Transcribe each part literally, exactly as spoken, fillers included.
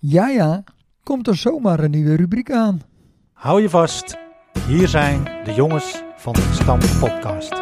Ja, ja, komt er zomaar een nieuwe rubriek aan. Hou je vast, hier zijn de jongens van de Gestampte Podcast.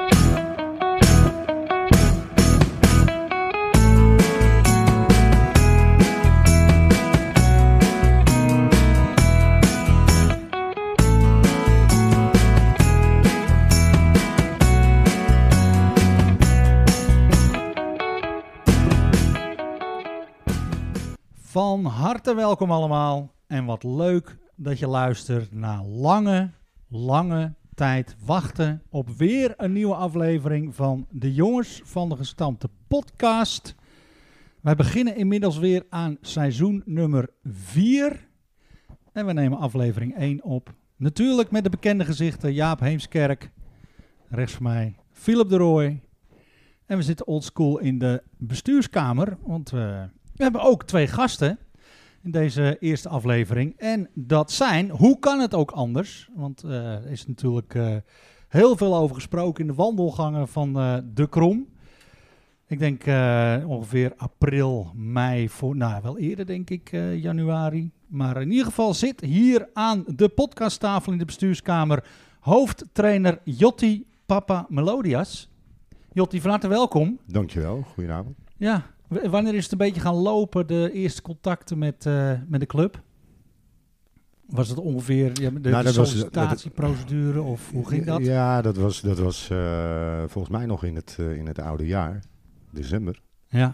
Van harte welkom allemaal en wat leuk dat je luistert naar lange, lange tijd wachten op weer een nieuwe aflevering van de jongens van de Gestampte Podcast. Wij beginnen inmiddels weer aan seizoen nummer vier en we nemen aflevering één op. Natuurlijk met de bekende gezichten Jaap Heemskerk, rechts van mij Philip de Rooij en we zitten oldschool in de bestuurskamer, want we... We hebben ook twee gasten in deze eerste aflevering. En dat zijn, hoe kan het ook anders? Want uh, er is natuurlijk uh, heel veel over gesproken in de wandelgangen van uh, De Krom. Ik denk uh, ongeveer april, mei, voor, nou wel eerder denk ik, uh, januari. Maar in ieder geval zit hier aan de podcasttafel in de bestuurskamer hoofdtrainer Jotti Papa Melodias. Jotti, van harte welkom. Dankjewel, goedenavond. Ja. Wanneer is het een beetje gaan lopen, de eerste contacten met, uh, met de club? Was het ongeveer ja, de, nou, de dat sollicitatieprocedure was, of hoe ging dat? Ja, dat was, dat was uh, volgens mij nog in het, uh, in het oude jaar, december. Ja.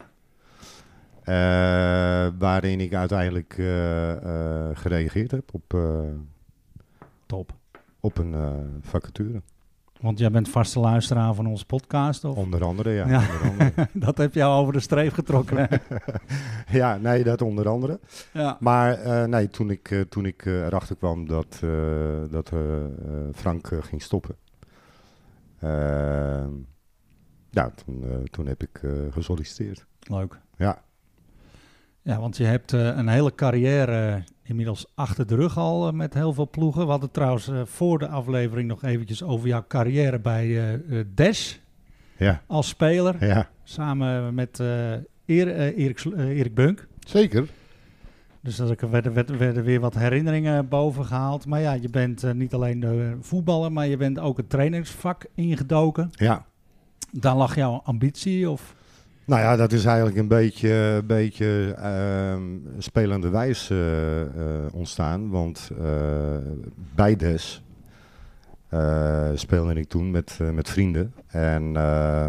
Uh, waarin ik uiteindelijk uh, uh, gereageerd heb op, uh, Top. op een uh, vacature. Want jij bent vaste luisteraar van onze podcast, of? Onder andere, ja. ja. Onder andere. Dat heb jou over de streep getrokken, hè? Ja, nee, dat onder andere. Ja. Maar uh, nee, toen ik, uh, toen ik uh, erachter kwam dat, uh, dat uh, uh, Frank uh, ging stoppen. Uh, ja, toen, uh, toen heb ik uh, gesolliciteerd. Leuk. Ja. Ja, want je hebt uh, een hele carrière inmiddels achter de rug al uh, met heel veel ploegen. We hadden trouwens uh, voor de aflevering nog eventjes over jouw carrière bij uh, uh, Des. Ja. Als speler. Ja. Samen met uh, Eer, uh, Erik, uh, Erik Bunk. Zeker. Dus er werden, werden, werden weer wat herinneringen boven gehaald. Maar ja, je bent uh, niet alleen de voetballer, maar je bent ook het trainingsvak ingedoken. Ja. Daar lag jouw ambitie of... Nou ja, dat is eigenlijk een beetje, beetje uh, spelende wijs uh, uh, ontstaan. Want uh, bij Des uh, speelde ik toen met, uh, met vrienden. En uh,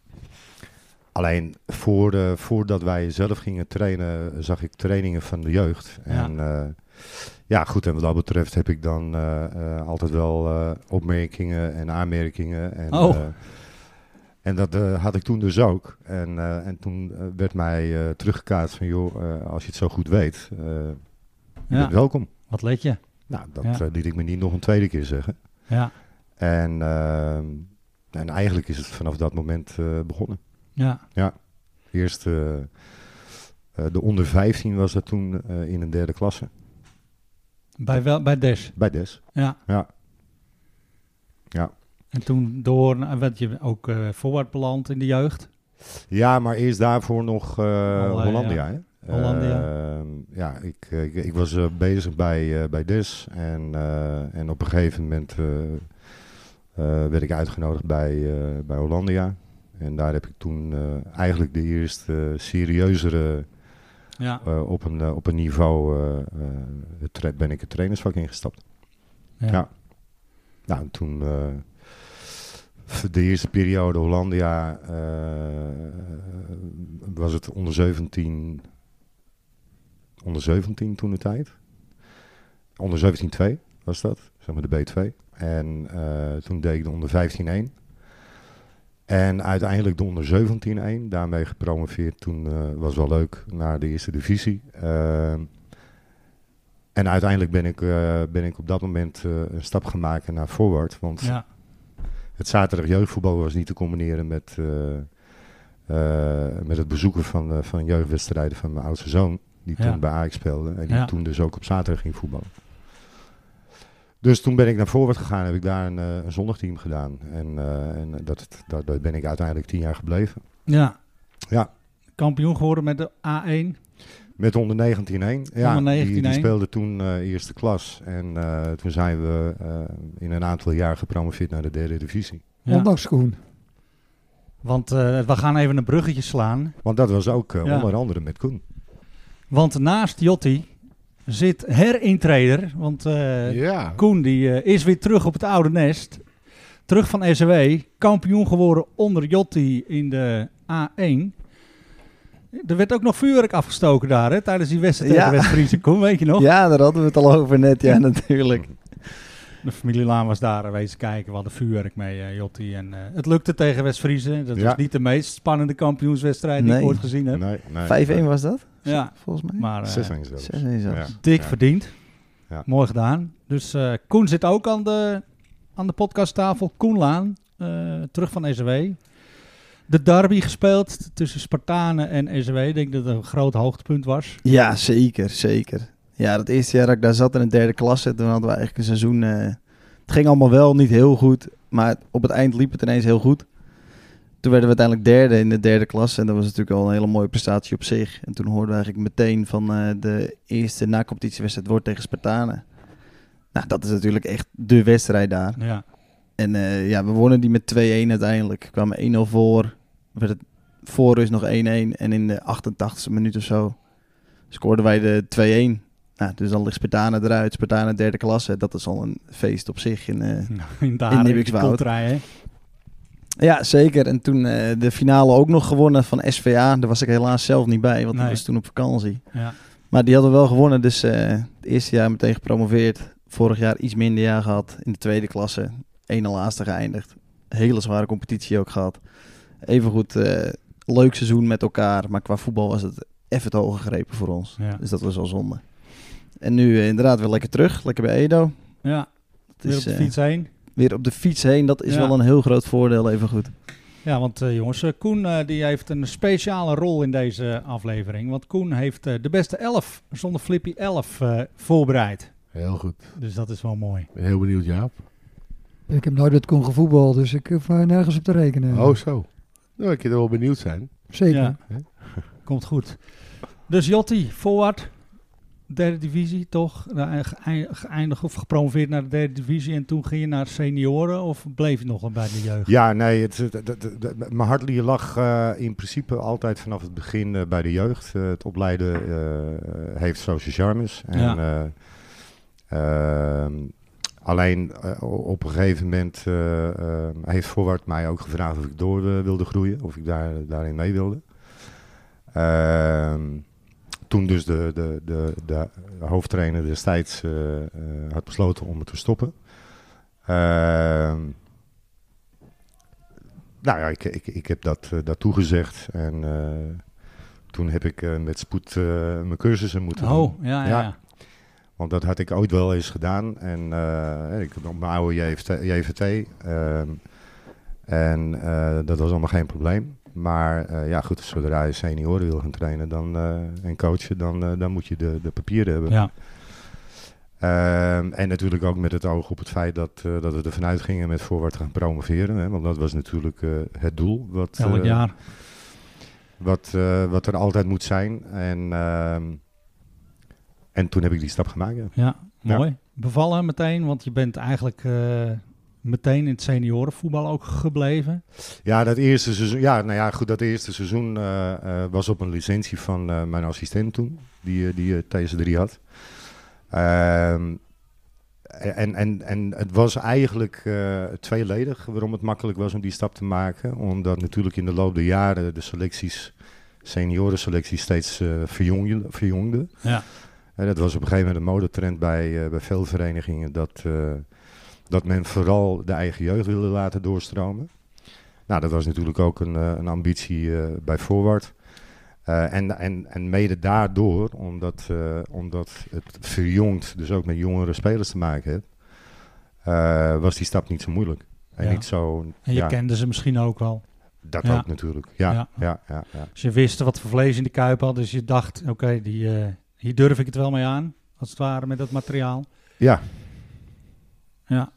alleen voor de, voordat wij zelf gingen trainen, zag ik trainingen van de jeugd. Ja. En uh, ja, goed, en wat dat betreft heb ik dan uh, uh, altijd wel uh, opmerkingen en aanmerkingen. En, oh. uh, En dat uh, had ik toen dus ook. En, uh, en toen uh, werd mij uh, teruggekaatst van, joh, uh, als je het zo goed weet, uh, je ja. bent welkom. Wat let je? Nou, dat ja. uh, liet ik me niet nog een tweede keer zeggen. Ja. En, uh, en eigenlijk is het vanaf dat moment uh, begonnen. Ja. Ja. Eerst uh, uh, de onder vijftien was dat toen uh, in een derde klasse. Bij, wel, bij Des? Bij Des. Ja. Ja. Ja. En toen door, werd je ook uh, voorwaarts beland in de jeugd? Ja, maar eerst daarvoor nog uh, Al, uh, Hollandia. Ja, hè? Hollandia. Uh, ja, ik, ik, ik was uh, bezig bij, uh, bij Des en, uh, en op een gegeven moment uh, uh, werd ik uitgenodigd bij, uh, bij Hollandia. En daar heb ik toen uh, eigenlijk de eerste uh, serieuzere, ja. uh, op, een, uh, op een niveau, uh, uh, tra- ben ik het trainersvak ingestapt. Ja. ja. Nou, en toen... Uh, de eerste periode Hollandia uh, was het onder zeventien, onder zeventien toen de tijd. Onder zeventien twee was dat, zeg maar de B twee. En uh, toen deed ik de onder vijftien één. En uiteindelijk de onder zeventien één, daarmee gepromoveerd. Toen uh, was wel leuk naar de eerste divisie. Uh, en uiteindelijk ben ik, uh, ben ik op dat moment uh, een stap gemaakt naar forward. Want ja. het zaterdag jeugdvoetbal was niet te combineren met, uh, uh, met het bezoeken van, uh, van jeugdwedstrijden van mijn oudste zoon. Die ja. toen bij Ajax speelde en die ja. toen dus ook op zaterdag ging voetballen. Dus toen ben ik naar Forward gegaan, heb ik daar een, uh, een zondagteam gedaan. En, uh, en dat, dat, dat ben ik uiteindelijk tien jaar gebleven. Ja. Ja. Kampioen geworden met de A één. Met onder negentien één. Ja, onder negentien die, die één. speelde toen uh, eerste klas. En uh, toen zijn we uh, in een aantal jaar gepromoveerd naar de derde divisie. Ja. Ondanks Koen. Want uh, we gaan even een bruggetje slaan. Want dat was ook uh, Ja. onder andere met Koen. Want naast Jotti zit herintreder. Want uh, Ja. Koen die, uh, is weer terug op het oude nest. Terug van S W. Kampioen geworden onder Jotti in de A één. Er werd ook nog vuurwerk afgestoken daar, hè, tijdens die wedstrijd tegen Ja. West-Friese. Koen, weet je nog? Ja, daar hadden we het al over net. Ja, natuurlijk. De familie Laan was daar uh, wezen kijken. We hadden vuurwerk mee, uh, Jotti. En uh, het lukte tegen West-Friese. Dat Ja. was niet de meest spannende kampioenswedstrijd die Nee. ik ooit gezien heb. Nee, nee, vijf-één was dat, Ja, volgens mij. maar uh, zes één zelfs. zes-één zelfs. Ja. dik Ja. verdiend. Ja. Mooi gedaan. Dus uh, Koen zit ook aan de, aan de podcasttafel. Koen Laan, uh, terug van S W. De derby gespeeld tussen Spartanen en S W. Ik denk dat het een groot hoogtepunt was. Ja, zeker, zeker. Ja, dat eerste jaar dat ik daar zat in de derde klasse, toen hadden we eigenlijk een seizoen... Uh, het ging allemaal wel niet heel goed, maar op het eind liep het ineens heel goed. Toen werden we uiteindelijk derde in de derde klasse en dat was natuurlijk al een hele mooie prestatie op zich. En toen hoorden we eigenlijk meteen van uh, de eerste na-competitiewedstrijd wordt tegen Spartanen. Nou, dat is natuurlijk echt de wedstrijd daar. Ja, En uh, ja, we wonnen die met twee-één uiteindelijk. We kwamen één nul voor, werd het voor rust nog één-één en in de achtentachtigste minuut of zo scoorden wij de twee-één. Nou, dus dan ligt Spartanen eruit, Spartanen derde klasse. Dat is al een feest op zich. In, uh, in daar Nibbikswoud. hè? ja, zeker. En toen uh, de finale ook nog gewonnen van S V A. Daar was ik helaas zelf niet bij, want Nee. ik was toen op vakantie. Ja. Maar die hadden we wel gewonnen, dus uh, het eerste jaar meteen gepromoveerd. Vorig jaar iets minder jaar gehad in de tweede klasse. Ene laatste geëindigd. Hele zware competitie ook gehad. Even goed, uh, leuk seizoen met elkaar. Maar qua voetbal was het even te hoog gegrepen voor ons. Ja. Dus dat was wel zonde. En nu uh, inderdaad weer lekker terug. Lekker bij Edo. Ja, Het weer is, op de uh, fiets heen. weer op de fiets heen. Dat is Ja. wel een heel groot voordeel, even goed. Ja, want uh, jongens, uh, Koen uh, die heeft een speciale rol in deze aflevering. Want Koen heeft uh, de beste elf, zonder Flippy elf, uh, voorbereid. Heel goed. Dus dat is wel mooi. Ik ben heel benieuwd, Jaap. Ik heb nooit met Koen gevoetbald, dus ik hoef uh, nergens op te rekenen. Oh, zo. Nou, ik kan wel benieuwd zijn. Zeker. Ja, komt goed. Dus Jotti, forward, derde divisie toch? Nou, geëin- Geëindigd of gepromoveerd naar de derde divisie en toen ging je naar senioren of bleef je nog wel bij de jeugd? Ja, nee, het, het, het- het- het- mijn hart lag uh, in principe altijd vanaf het begin uh, bij de jeugd. Uh, het opleiden uh, heeft zo zijn charmes. En, Ja. uh, uh, alleen uh, op een gegeven moment uh, uh, heeft Voorwaard mij ook gevraagd of ik door uh, wilde groeien. Of ik daar, daarin mee wilde. Uh, toen dus de, de, de, de hoofdtrainer destijds uh, uh, had besloten om het te stoppen. Uh, Nou ja, ik, ik, ik heb dat, uh, dat toegezegd en uh, toen heb ik uh, met spoed uh, mijn cursussen moeten doen. Oh, ja, ja. Ja. ja. Want dat had ik ooit wel eens gedaan en uh, ik heb op mijn oude J V T um, en uh, dat was allemaal geen probleem. Maar uh, ja goed, zodra je senioren wil gaan trainen dan, uh, en coachen, dan, uh, dan moet je de, de papieren hebben. Ja. Um, en natuurlijk ook met het oog op het feit dat, uh, dat we er vanuit gingen met Voorwaarts gaan promoveren. Hè, want dat was natuurlijk uh, het doel. Wat, Elk uh, jaar. Wat, uh, wat er altijd moet zijn. En, uh, en toen heb ik die stap gemaakt. Ja. Ja, mooi. Ja. Bevallen meteen, want je bent eigenlijk uh, meteen in het seniorenvoetbal ook gebleven. Ja, dat eerste seizoen, ja, nou ja, goed, dat eerste seizoen uh, uh, was op een licentie van uh, mijn assistent toen, die, die uh, T S drie had. Um, en, en, en het was eigenlijk uh, tweeledig waarom het makkelijk was om die stap te maken. Omdat natuurlijk in de loop der jaren de selecties, seniorenselecties steeds uh, verjongden. verjongden. Ja. En dat was op een gegeven moment een modetrend bij, uh, bij veel verenigingen dat, uh, dat men vooral de eigen jeugd wilde laten doorstromen. Nou, dat was natuurlijk ook een, uh, een ambitie uh, bij Voorwaarts. Uh, en, en, en mede daardoor, omdat, uh, omdat het verjongt, dus ook met jongere spelers te maken heeft, uh, was die stap niet zo moeilijk. En, ja. niet zo, en je ja, kende ze misschien ook wel. dat ja. ook natuurlijk. Ja, Ja. ja. Ja, ja, ja. Dus je wist wat voor vlees in de kuip had, dus je dacht, oké, okay, uh, hier durf ik het wel mee aan, als het ware, met dat materiaal. Ja. Ja.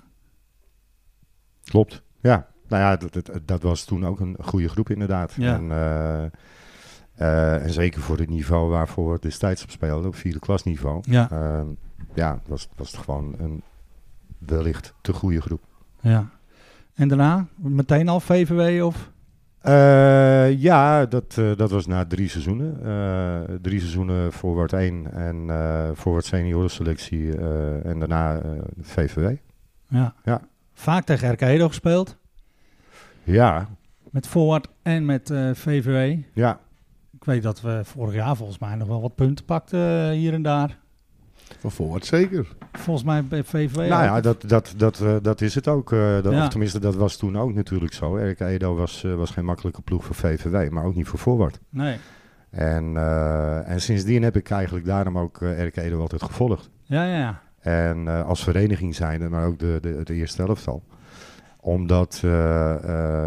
Klopt, ja. Nou ja, dat, dat, dat was toen ook een goede groep inderdaad. Ja. En, uh, Uh, en zeker voor het niveau waarvoor we destijds op speelden, op vierde klasniveau. Ja. Uh, ja, was, was het gewoon een wellicht te goede groep. Ja. En daarna meteen al V V W of? Uh, ja, dat, uh, dat was na drie seizoenen. Uh, drie seizoenen voorwaarts één en uh, voorwaarts seniorenselectie uh, en daarna uh, V V W. Ja. Ja. Vaak tegen R K Edo gespeeld. Ja. Met Forward en met uh, V V W. Ja. Ik weet dat we vorig jaar volgens mij nog wel wat punten pakten uh, hier en daar. Van Forward zeker. Volgens mij bij V V W. Nou ja, dat, dat, dat, uh, dat is het ook. Uh, dat, ja. Of tenminste, dat was toen ook natuurlijk zo. R K Edo was, uh, was geen makkelijke ploeg voor V V W, maar ook niet voor Forward. Nee. En, uh, en sindsdien heb ik eigenlijk daarom ook uh, R K Edo altijd gevolgd. Ja, ja, ja. En uh, als vereniging zijnde, maar ook de, de, de eerste elftal. Omdat uh, uh,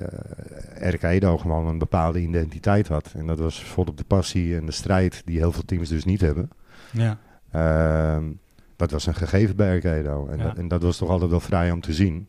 R K Edo gewoon een bepaalde identiteit had. En dat was volop de passie en de strijd die heel veel teams dus niet hebben. Ja. Uh, dat was een gegeven bij R K Edo. En, ja. dat, en dat was toch altijd wel vrij om te zien.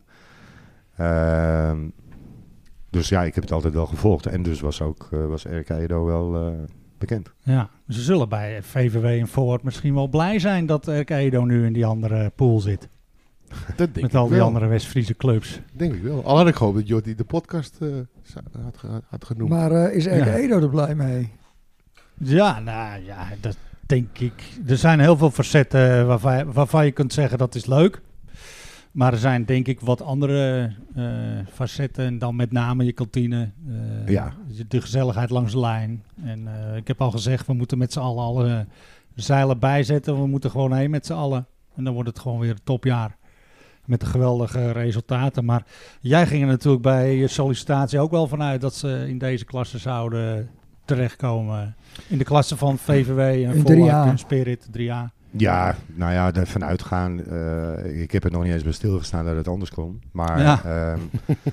Uh, dus ja, ik heb het altijd wel gevolgd. En dus was ook uh, was R K Edo wel uh, bekend. Ja, ze zullen bij V V W en Forward misschien wel blij zijn dat R K Edo nu in die andere pool zit. Dat denk Met ik al die wel. andere West-Friese clubs. Denk ik wel. Al had ik gehoopt dat Jordi de podcast uh, had, had, had genoemd. Maar uh, is R K Edo er blij mee? Ja, nou ja, dat denk ik. Er zijn heel veel facetten waarvan, waarvan je kunt zeggen dat is leuk. Maar er zijn denk ik wat andere uh, facetten. En dan met name je kantine. Uh, Ja. De gezelligheid langs de lijn. En uh, ik heb al gezegd, we moeten met z'n allen alle zeilen bijzetten. We moeten gewoon heen met z'n allen. En dan wordt het gewoon weer een topjaar. Met de geweldige resultaten. Maar jij ging er natuurlijk bij je sollicitatie ook wel vanuit dat ze in deze klasse zouden terechtkomen. In de klasse van V V W en Forward en Spirit drie A. Ja, nou ja, ervan uitgaan. Uh, ik heb er nog niet eens bij stilgestaan dat het anders kon. Maar ja, um,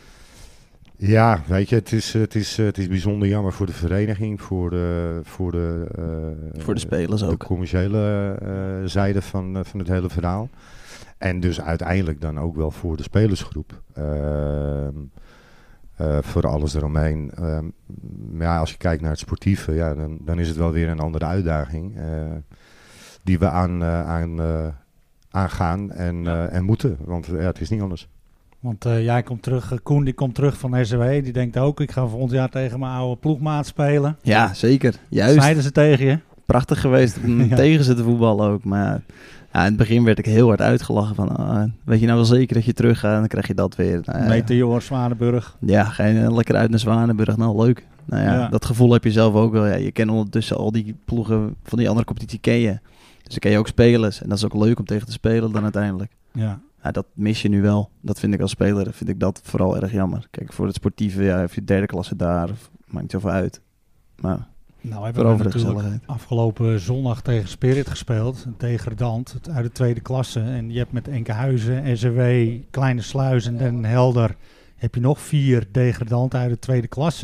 ja weet je, het is, het, is, het is bijzonder jammer voor de vereniging, voor de, voor de, uh, voor de spelers de ook. De commerciële uh, zijde van, uh, van het hele verhaal. En dus uiteindelijk dan ook wel voor de spelersgroep. Uh, uh, voor alles eromheen. Uh, ja, als je kijkt naar het sportieve, ja, dan, dan is het wel weer een andere uitdaging. Uh, die we aan, uh, aan, uh, aangaan en, uh, en moeten. Want uh, ja, het is niet anders. Want uh, jij komt terug, uh, Koen die komt terug van S W. Die denkt ook, ik ga volgend jaar tegen mijn oude ploegmaat spelen. Ja, zeker. Juist. Zeiden ze tegen je? Prachtig geweest om ja. tegen ze te voetballen ook. Maar ja, in het begin werd ik heel hard uitgelachen van, uh, weet je nou wel zeker dat je terug gaat? En dan krijg je dat weer. Nou, ja, Meteor, Zwanenburg. Ja, ga je uh, lekker uit naar Zwanenburg. Nou, leuk. Nou ja, ja, dat gevoel heb je zelf ook wel. Ja, je kent ondertussen al die ploegen van die andere competitie ken je. Dus dan ken je ook spelers. En dat is ook leuk om tegen te spelen dan uiteindelijk. Ja. Ja, dat mis je nu wel. Dat vind ik als speler, vind ik dat vooral erg jammer. Kijk, voor het sportieve, ja, heb je derde klasse daar, of, maakt niet zoveel uit. Maar nou, hebben we natuurlijk afgelopen zondag tegen Spirit gespeeld. Een degradant uit de tweede klasse. En je hebt met Enkhuizen, S R W, Kleine Sluis en Den Helder heb je nog vier degradanten uit de tweede klasse.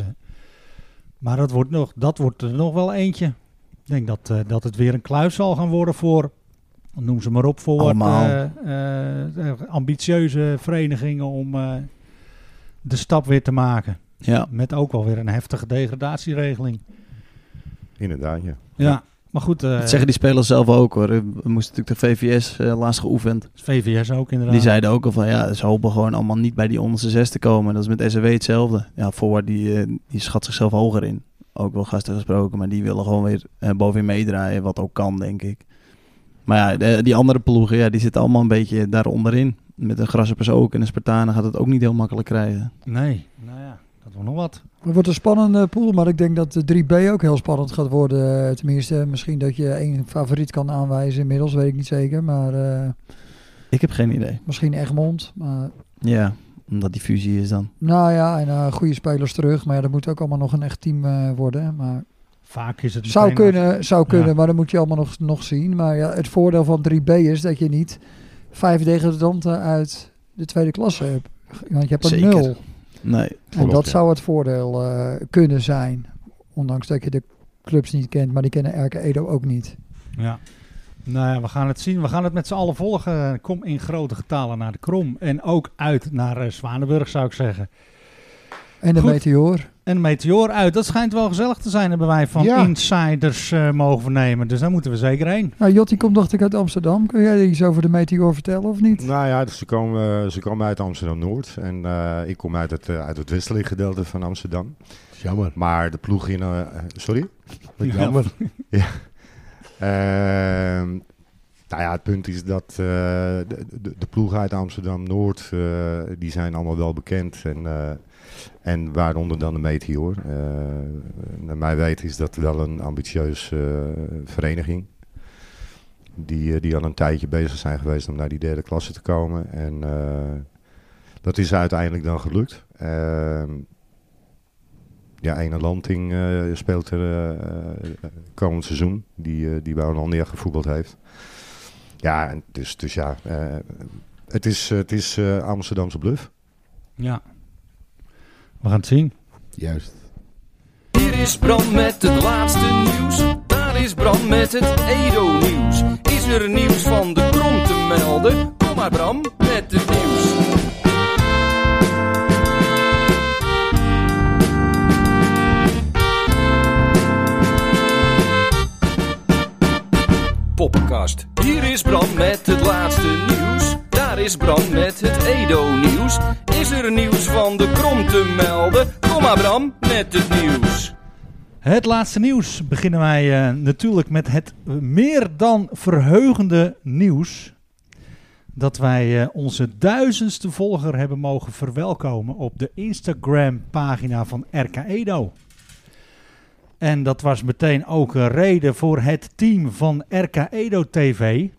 Maar dat wordt, nog, dat wordt er nog wel eentje. Ik denk dat, uh, dat het weer een kluis zal gaan worden voor, noem ze maar op, voor uh, uh, ambitieuze verenigingen om uh, de stap weer te maken. Ja. Met ook wel weer een heftige degradatieregeling. Inderdaad, ja. Ja, maar goed. Uh, dat zeggen die spelers zelf ook hoor. We moesten natuurlijk de V V S uh, laatst geoefend. V V S ook inderdaad. Die zeiden ook al van ja, ze hopen gewoon allemaal niet bij die onderste zes te komen. Dat is met S R W hetzelfde. Ja, Forward die, uh, die schat zichzelf hoger in. Ook wel gasten gesproken, maar die willen gewoon weer uh, bovenin meedraaien, wat ook kan, denk ik. Maar ja, de, die andere ploegen, ja, die zitten allemaal een beetje daar onderin. Met de Grasshoppers ook en de Spartanen gaat het ook niet heel makkelijk krijgen. Nee, nou ja, dat wordt nog wat. Het wordt een spannende pool, maar ik denk dat de drie B ook heel spannend gaat worden. Tenminste, misschien dat je één favoriet kan aanwijzen inmiddels, weet ik niet zeker. Maar uh, ik heb geen idee. Misschien Egmond, maar... Ja, omdat die fusie is dan. Nou ja, en uh, goede spelers terug. Maar ja, dat moet ook allemaal nog een echt team uh, worden. Maar vaak is het zou kunnen, zou kunnen, ja. maar dat moet je allemaal nog, nog zien. Maar ja, het voordeel van drie B is dat je niet vijf degradanten uit de tweede klasse hebt. Want je hebt er Zeker. nul. Nee. En Klopt, dat ja. zou het voordeel uh, kunnen zijn. Ondanks dat je de clubs niet kent, maar die kennen R K Edo ook niet. Ja. Nou ja, we gaan het zien. We gaan het met z'n allen volgen. Kom in grote getalen naar de Krom. En ook uit naar uh, Zwanenburg, zou ik zeggen. En de Goed. Meteor. En Meteor uit. Dat schijnt wel gezellig te zijn, hebben wij van Ja. insiders uh, mogen vernemen. Dus daar moeten we zeker heen. Nou, Jotti komt dacht ik uit Amsterdam. Kun jij iets over de Meteor vertellen of niet? Nou ja, dus ze, komen, uh, ze komen uit Amsterdam-Noord. En uh, ik kom uit het, uh, uit het westelijk gedeelte van Amsterdam. Jammer. Maar de ploeg in... Uh, sorry? Wat jammer. ja. Uh, nou ja, het punt is dat uh, de, de, de ploeg uit Amsterdam-Noord... Uh, die zijn allemaal wel bekend. En, uh, en waaronder dan de Meteor. Uh, naar mij weten is dat wel een ambitieus uh, vereniging. Die, uh, die al een tijdje bezig zijn geweest om naar die derde klasse te komen. En uh, dat is uiteindelijk dan gelukt. Uh, ja, Ene Lanting uh, speelt er uh, komend seizoen. Die, uh, die bij Hollandia gevoetbald heeft. Ja, en dus, dus ja, uh, het is, het is uh, Amsterdamse bluff. Ja. We gaan het zien. Juist. Hier is Bram met het laatste nieuws. Daar is Bram met het Edo-nieuws. Is er nieuws van de Krom te melden? Kom maar Bram met het nieuws. Poppenkast. Hier is Bram met het laatste nieuws. Daar is Bram met het Edo-nieuws. Is er nieuws van de Krom te melden? Kom maar Bram met het nieuws. Het laatste nieuws beginnen wij uh, natuurlijk met het meer dan verheugende nieuws. Dat wij uh, onze duizendste volger hebben mogen verwelkomen op de Instagram pagina van R K Edo. En dat was meteen ook een reden voor het team van R K Edo T V.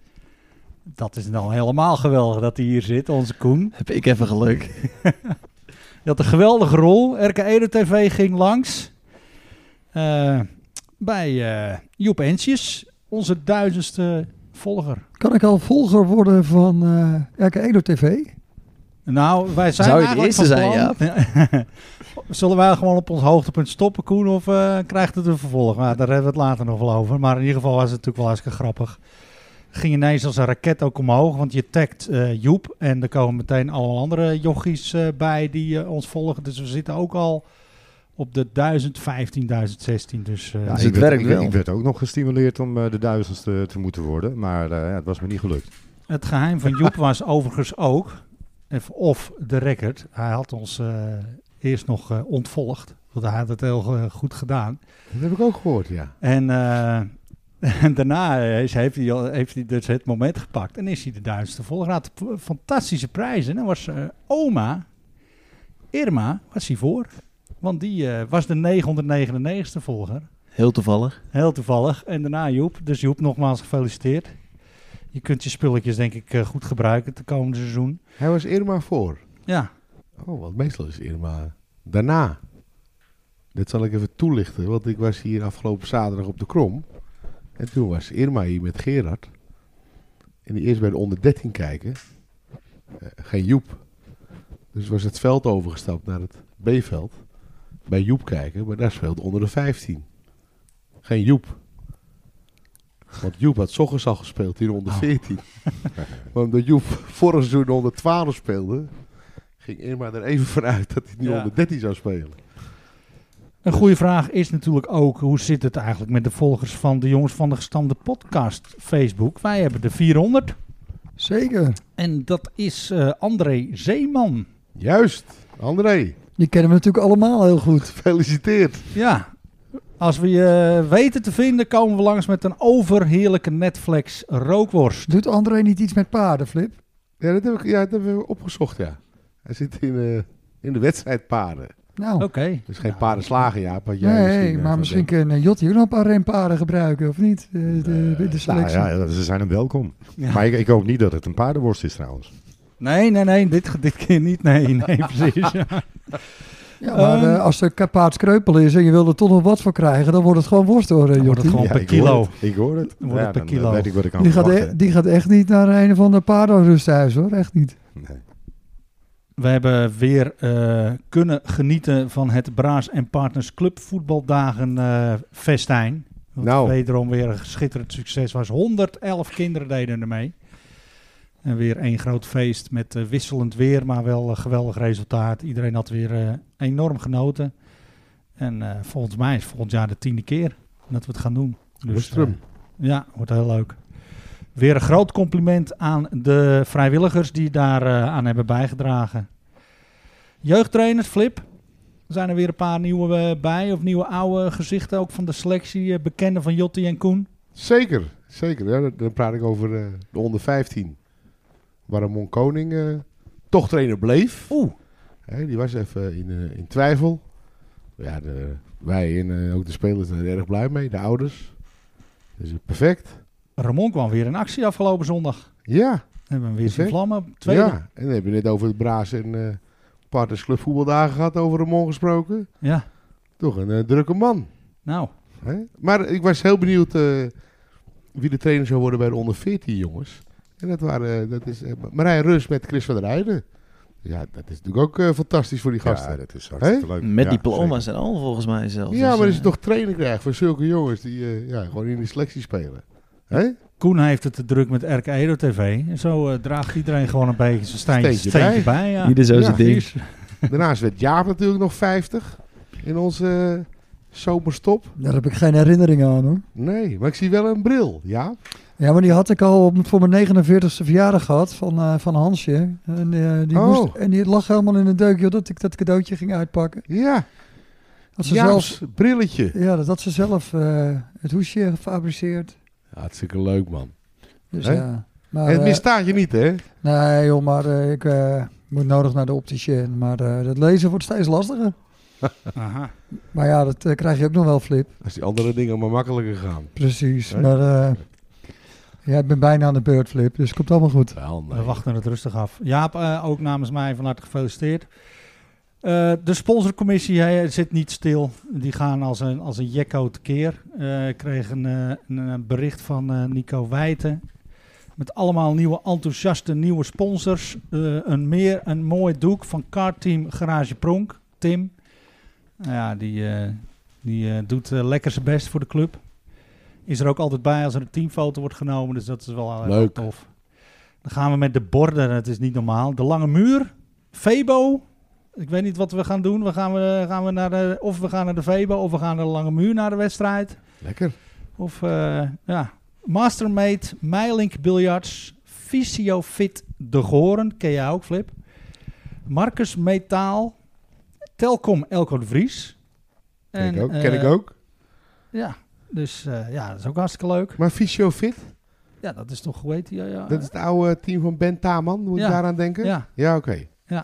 Dat is dan helemaal geweldig dat hij hier zit, onze Koen. Heb ik even geluk. Je had een geweldige rol. R K Edo T V ging langs uh, bij uh, Joep Ensjes, onze duizendste volger. Kan ik al volger worden van uh, R K Edo T V? Nou, wij zijn Zou je de eigenlijk eerste van zijn, plan. Zullen wij gewoon op ons hoogtepunt stoppen, Koen, of uh, krijgt het een vervolg? Nou, daar hebben we het later nog wel over. Maar in ieder geval was het natuurlijk wel hartstikke grappig. Ging ineens als een raket ook omhoog, want je tagt uh, Joep en er komen meteen allemaal andere jochies uh, bij die uh, ons volgen. Dus we zitten ook al op de duizend vijftien, duizend zestien. Dus, uh, Ja, Dus ik, het werd, werkt ik, wel. ik werd ook nog gestimuleerd om uh, de duizendste te moeten worden, maar uh, ja, het was me niet gelukt. Het geheim van Joep was overigens ook, of de record, hij had ons uh, eerst nog uh, ontvolgd, want hij had het heel uh, goed gedaan. Dat heb ik ook gehoord, ja. En, uh, en daarna is, heeft, hij, heeft hij dus het moment gepakt en is hij de duizendste volger. Hij had fantastische prijzen. En was uh, oma, Irma, was hij voor, want die uh, was de negenhonderdnegenennegentigste volger. Heel toevallig. Heel toevallig. En daarna Joep. Dus Joep, nogmaals gefeliciteerd. Je kunt je spulletjes denk ik uh, goed gebruiken het komende seizoen. Hij was Irma voor. Ja. Oh, want meestal is Irma daarna. Dat zal ik even toelichten, want ik was hier afgelopen zaterdag op de Krom. En toen was Irma hier met Gerard. En die eerst bij de onder dertien kijken. Uh, geen Joep. Dus was het veld overgestapt naar het B-veld. Bij Joep kijken, maar daar speelde onder de vijftien. Geen Joep. Want Joep had 's ochtends al gespeeld hier onder veertien. Maar omdat Joep vorig seizoen onder twaalf speelde, ging Irma er even vanuit dat hij nu Ja. onder dertien zou spelen. Een goede vraag is natuurlijk ook, hoe zit het eigenlijk met de volgers van de Jongens van de Gestamde podcast Facebook? Wij hebben de vierhonderd. Zeker. En dat is uh, André Zeeman. Juist, André. Die kennen we natuurlijk allemaal heel goed. Gefeliciteerd. Ja. Als we je uh, weten te vinden, komen we langs met een overheerlijke Netflix rookworst. Doet André niet iets met paarden, Flip? Ja, dat, heb ik, ja, dat hebben we opgezocht, ja. Hij zit in, uh, in de wedstrijd paarden. Nou, Oké. Okay. Dus geen paardenslagen, ja. Wat jij nee, misschien, uh, maar van misschien denkt. kunnen Jotti ook nog een paar renpaarden gebruiken, of niet? De, de, de Nou selectie. ja, ze zijn hem welkom. Ja. Maar ik, ik hoop niet dat het een paardenworst is trouwens. Nee, nee, nee. Dit, dit keer niet. Nee, nee, precies. Ja. Ja, maar Um, uh, als de paard kreupel is en je wil er toch nog wat voor krijgen, dan wordt het gewoon worst hoor, uh, Dan wordt het Jotti. gewoon per ik hoor kilo. het. Ik hoor het. Dan wordt het per dan, uh, kilo. weet ik wat ik aan Die gaat, verwachten. e- die gaat echt niet naar een of ander paardenrusthuis hoor, echt niet. Nee. We hebben weer uh, kunnen genieten van het Braas en Partners Club voetbaldagen uh, festijn. Wat Nou. wederom weer een schitterend succes was. honderdelf kinderen deden er mee. En weer één groot feest met uh, wisselend weer, maar wel een geweldig resultaat. Iedereen had weer uh, enorm genoten. En uh, volgens mij is volgend jaar de tiende keer dat we het gaan doen. Dus, uh, ja, wordt heel leuk. Weer een groot compliment aan de vrijwilligers die daar uh, aan hebben bijgedragen. Jeugdtrainers, Flip. Zijn er weer een paar nieuwe uh, bij of nieuwe oude gezichten ook van de selectie, uh, bekenden van Jotti en Koen? Zeker, zeker. Ja, dan praat ik over uh, de onder vijftien. Waar Ramon Koning uh, toch trainer bleef. Oeh. He, die was even in, uh, in twijfel. Ja, de, wij en uh, ook de spelers zijn er erg blij mee, de ouders. Dus perfect. Ramon kwam weer in actie afgelopen zondag. Ja. Hebben we weer zijn vlammen. Tweede. Ja, en dan hebben we net over de Braas en uh, Partners Club voetbaldagen gehad, over Ramon gesproken. Ja. Toch een uh, drukke man. Nou. He? Maar ik was heel benieuwd uh, wie de trainer zou worden bij de onder veertien jongens. En dat waren, uh, dat is uh, Marijn Rus met Chris van der Heijden. Ja, dat is natuurlijk ook uh, fantastisch voor die gasten. Ja, dat is hartstikke He? leuk. Met ja, diploma's zeker. en al volgens mij zelfs. Ja, dus, maar als uh, je toch training krijgt voor zulke jongens die uh, ja, gewoon in de selectie spelen. Hè? Koen heeft het te druk met R K Edo T V. En zo uh, draagt iedereen gewoon een beetje zijn steentje, Steentje steentje bij. bij. Ja. Ieder zo Ja, zijn ding. Precies. Daarnaast werd Jaap natuurlijk nog vijftig in onze uh, zomerstop. Daar heb ik geen herinnering aan hoor. Nee, maar ik zie wel een bril, Jaap. Ja, maar die had ik al op, voor mijn negenenveertigste verjaardag gehad van, uh, van Hansje. En, uh, die Oh. moest, en die lag helemaal in een deuk joh, dat ik dat cadeautje ging uitpakken. Ja, Had ze Jaaps zelf, brilletje. ja, dat had ze zelf uh, het hoesje gefabriceerd. Hartstikke leuk, man. Dus Hè? ja. Maar, En het uh, misstaat je niet, hè? nee joh, maar uh, ik uh, moet nodig naar de opticien. Maar uh, dat lezen wordt steeds lastiger. Aha. Maar ja, dat uh, krijg je ook nog wel, Flip. Als die andere dingen maar makkelijker gaan. Precies. Hè? Maar uh, ja, ik ben bijna aan de beurt, Flip. Dus het komt allemaal goed. Wel, nee. We wachten het rustig af. Jaap, uh, ook namens mij van harte gefeliciteerd. Uh, de sponsorcommissie hij, zit niet stil. Die gaan als een, als een jekko tekeer. Uh, ik kreeg een, uh, een, een bericht van uh, Nico Wijten. Met allemaal nieuwe enthousiaste nieuwe sponsors. Uh, een meer een mooi doek van kartteam Garage Pronk. Tim. Nou ja, die, uh, die uh, doet uh, lekker zijn best voor de club. Is er ook altijd bij als er een teamfoto wordt genomen. Dus dat is wel uh, Leuk. tof. Dan gaan we met de borden. Het is niet normaal. De Lange Muur. Febo. Ik weet niet wat we gaan doen. We gaan, we, gaan we naar de, of we gaan naar de Febo of we gaan naar de Lange Muur naar de wedstrijd. Lekker. Of uh, ja, Mastermate, Meilink Biljarts, Fysiofit De Goren, ken jij ook, Flip. Marcus Metaal, Telkom Elko de Vries. Ken En, ik ook. uh, Ken ik ook. Ja, dus uh, ja, dat is ook hartstikke leuk. Maar Fysiofit, Ja, dat is toch, hoe heet die? Ja, ja, dat is het oude team van Ben Taman. Moet je Ja. daaraan denken? ja. Ja, oké. Ja.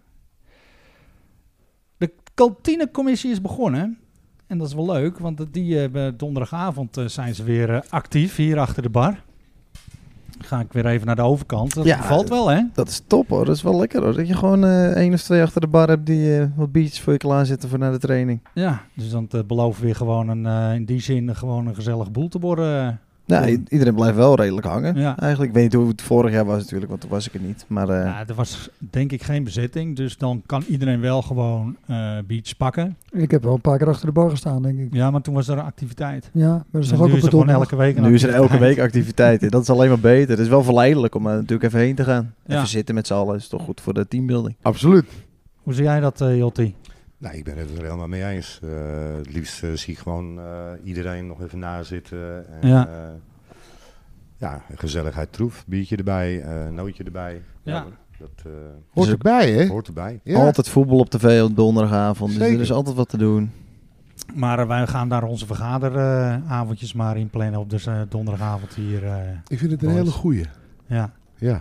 De kantinecommissie is begonnen. En dat is wel leuk, want die hebben donderdagavond uh, zijn ze weer uh, actief hier achter de bar. Ga ik weer even naar de overkant. Dat Ja, valt wel, hè? Dat is top hoor, dat is wel lekker hoor. Dat je gewoon uh, één of twee achter de bar hebt die uh, wat biertjes voor je klaarzitten voor naar de training. Ja, dus dan uh, beloven we weer gewoon een, uh, in die zin gewoon een gezellig boel te worden. Uh, Nou, i- iedereen blijft wel redelijk hangen. Ja. Eigenlijk, ik weet niet hoe het vorig jaar was natuurlijk, want toen was ik er niet. Maar uh, ja, er was denk ik geen bezetting, dus dan kan iedereen wel gewoon uh, beach pakken. Ik heb wel een paar keer achter de bar gestaan, denk ik. Ja, maar toen was er een activiteit. Ja, maar dat is En toch ook nu op is er het gewoon donderdag. elke week een nu is er elke activiteit. week activiteiten. Dat is alleen maar beter. Het is wel verleidelijk om uh, natuurlijk even heen te gaan. Ja. Even zitten met z'n allen, is toch goed voor de teambuilding. Absoluut. Hoe zie jij dat, uh, Jotti? Nee, ik ben het er helemaal mee eens. Uh, het liefst uh, zie ik gewoon uh, iedereen nog even nazitten. En, Ja. uh, ja, gezelligheid troef. Biertje erbij, uh, nootje erbij. Ja. hoor, dat uh, Hoort Dus erbij, hè? hoort erbij. Ja. Altijd voetbal op tv op donderdagavond. Dus Zeker. er is altijd wat te doen. Maar uh, wij gaan daar onze vergaderavondjes uh, maar in plannen op de uh, donderdagavond hier. Uh, Ik vind het een Boys. hele goeie. ja. Ja.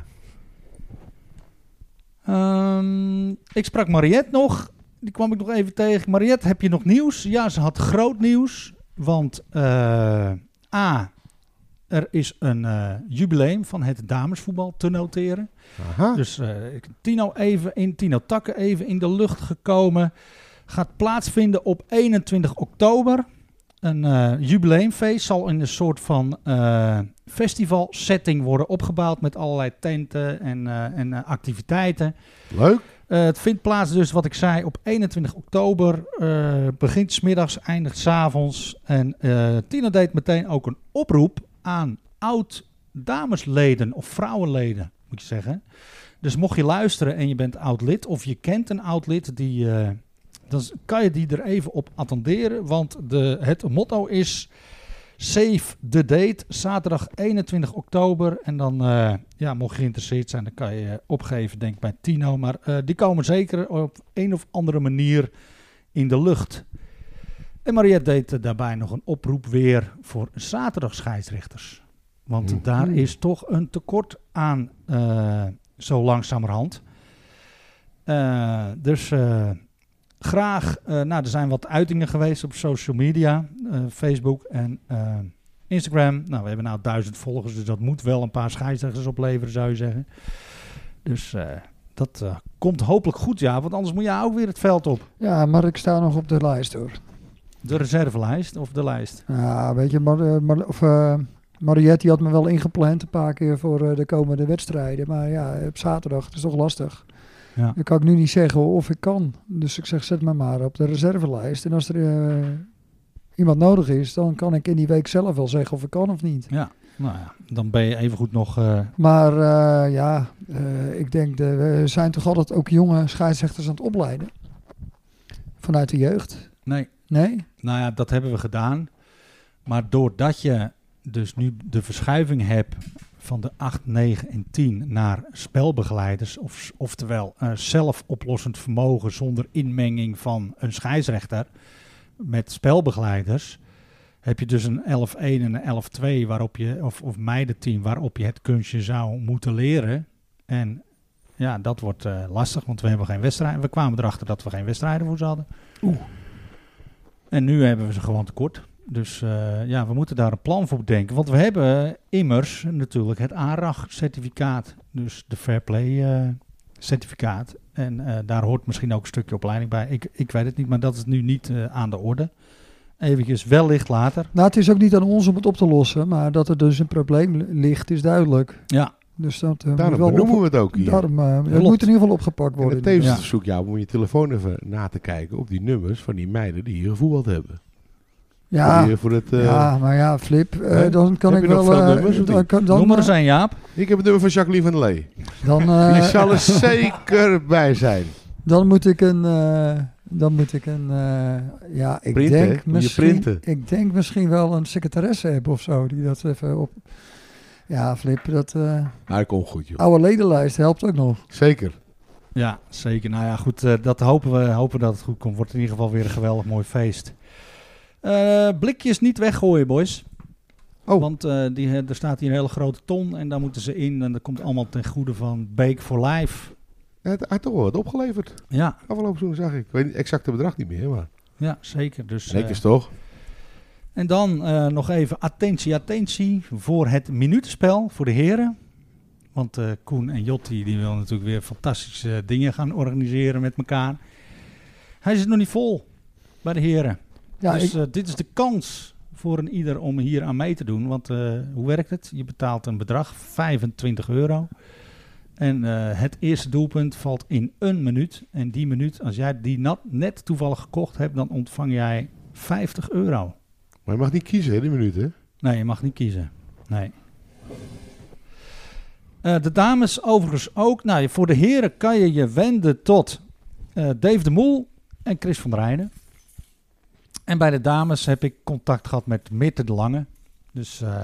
Um, ik sprak Mariette nog. Die kwam ik nog even tegen. Mariette, heb je nog nieuws? Ja, ze had groot nieuws. Want uh, A, er is een uh, jubileum van het damesvoetbal te noteren. Aha. Dus uh, ik- Tino even in, Tino Takken even in de lucht gekomen. Gaat plaatsvinden op eenentwintig oktober. Een uh, jubileumfeest zal in een soort van uh, festivalsetting worden opgebouwd met allerlei tenten en, uh, en uh, activiteiten. Leuk. Uh, het vindt plaats dus, wat ik zei, op eenentwintig oktober. Uh, begint 's middags, eindigt 's avonds. En uh, Tino deed meteen ook een oproep aan oud damesleden of vrouwenleden, moet moet je zeggen. Dus mocht je luisteren en je bent oud-lid of je kent een oud-lid, die, uh, dan kan je die er even op attenderen. Want de, het motto is Save the Date, zaterdag eenentwintig oktober. En dan, uh, ja, mocht je geïnteresseerd zijn, dan kan je opgeven, denk ik, bij Tino. Maar uh, die komen zeker op een of andere manier in de lucht. En Mariette deed uh, daarbij nog een oproep weer voor zaterdag scheidsrechters. Want mm. daar is toch een tekort aan, uh, zo langzamerhand. Uh, dus uh, graag, uh, nou, er zijn wat uitingen geweest op social media, uh, Facebook en uh, Instagram. Nou, we hebben nou duizend volgers, dus dat moet wel een paar scheidsrechters opleveren, zou je zeggen. Dus uh, dat uh, komt hopelijk goed, ja, want anders moet jij ook weer het veld op. Ja, maar ik sta nog op de lijst, hoor. De reservelijst of de lijst? Ja, weet je, Mar- Mar- of, uh, Mariette die had me wel ingepland een paar keer voor uh, de komende wedstrijden. Maar ja, op zaterdag, het is toch lastig. Ja. Dan kan ik nu niet zeggen of ik kan. Dus ik zeg, zet me maar op de reservelijst. En als er uh, iemand nodig is, dan kan ik in die week zelf wel zeggen of ik kan of niet. Ja, nou ja, dan ben je evengoed nog... Uh... Maar uh, ja, uh, ik denk, de, we zijn toch altijd ook jonge scheidsrechters aan het opleiden? Vanuit de jeugd? Nee. Nee? Nou ja, dat hebben we gedaan. Maar doordat je dus nu de verschuiving hebt van de acht, negen en tien naar spelbegeleiders, of, oftewel uh, zelfoplossend vermogen zonder inmenging van een scheidsrechter met spelbegeleiders, heb je dus een elf één en een elf twee waarop je, of, of meidenteam waarop je het kunstje zou moeten leren. En ja, dat wordt uh, lastig, want we hebben geen wedstrijden. We kwamen erachter dat we geen wedstrijden voor ze hadden. Oeh. En nu hebben we ze gewoon tekort. Dus uh, ja, we moeten daar een plan voor bedenken. Want we hebben immers natuurlijk het A R A G-certificaat. Dus de Fair Play-certificaat. Uh, en uh, daar hoort misschien ook een stukje opleiding bij. Ik, ik weet het niet, maar dat is nu niet uh, aan de orde. Eventjes wellicht later. Nou, het is ook niet aan ons om het op te lossen. Maar dat er dus een probleem ligt, is duidelijk. Ja. Dus dat, uh, daarom wel benoemen op... we het ook hier. Daarom, uh, het moet in ieder geval opgepakt worden. En tevens ja. zoek jou om je telefoon even na te kijken op die nummers van die meiden die hier gevoetbald hebben. Ja, voor die, voor het, uh, ja, maar ja, Flip, uh, hè? dan kan Heb ik je wel... nog veel Uh, nummers, of dan, niet? kan, dan, Noem er uh, eens een, Jaap. Ik heb het nummer van Jacqueline van der Lee. Dan, uh, Die zal er zeker bij zijn. Dan moet ik een... Uh, dan moet ik een... Uh, ja, ik Printen, denk moet je misschien... printen. Ik denk misschien wel een secretaresse hebben of zo, die dat even op... Ja, Flip, dat... Uh, Hij komt goed, joh. oude ledenlijst helpt ook nog. Zeker. Ja, zeker. Nou ja, goed. Uh, dat hopen we hopen dat het goed komt. Wordt in ieder geval weer een geweldig mooi feest. Uh, blikjes niet weggooien, boys. Oh. Want uh, die, er staat hier een hele grote ton en daar moeten ze in. En dat komt allemaal ten goede van Bake for Life. Ja, het had toch wel wat opgeleverd. Ja. Afgelopen seizoen zag ik. Ik weet het exacte bedrag niet meer, maar... Ja, zeker. Dus, Netjes uh, toch? En dan uh, nog even attentie, attentie voor het minutenspel voor de heren. Want uh, Koen en Jotti die willen natuurlijk weer fantastische uh, dingen gaan organiseren met elkaar. Hij zit nog niet vol bij de heren. Ja, dus ik, uh, dit is de kans voor een ieder om hier aan mee te doen. Want uh, hoe werkt het? Je betaalt een bedrag, vijfentwintig euro. En uh, het eerste doelpunt valt in een minuut. En die minuut, als jij die nat, net toevallig gekocht hebt, dan ontvang jij vijftig euro. Maar je mag niet kiezen, hè, die minuten. Nee, je mag niet kiezen. Nee. Uh, de dames overigens ook. Nou, voor de heren kan je je wenden tot uh, Dave de Moel en Chris van der Heijden. En bij de dames heb ik contact gehad met Mirte de Lange. Dus uh,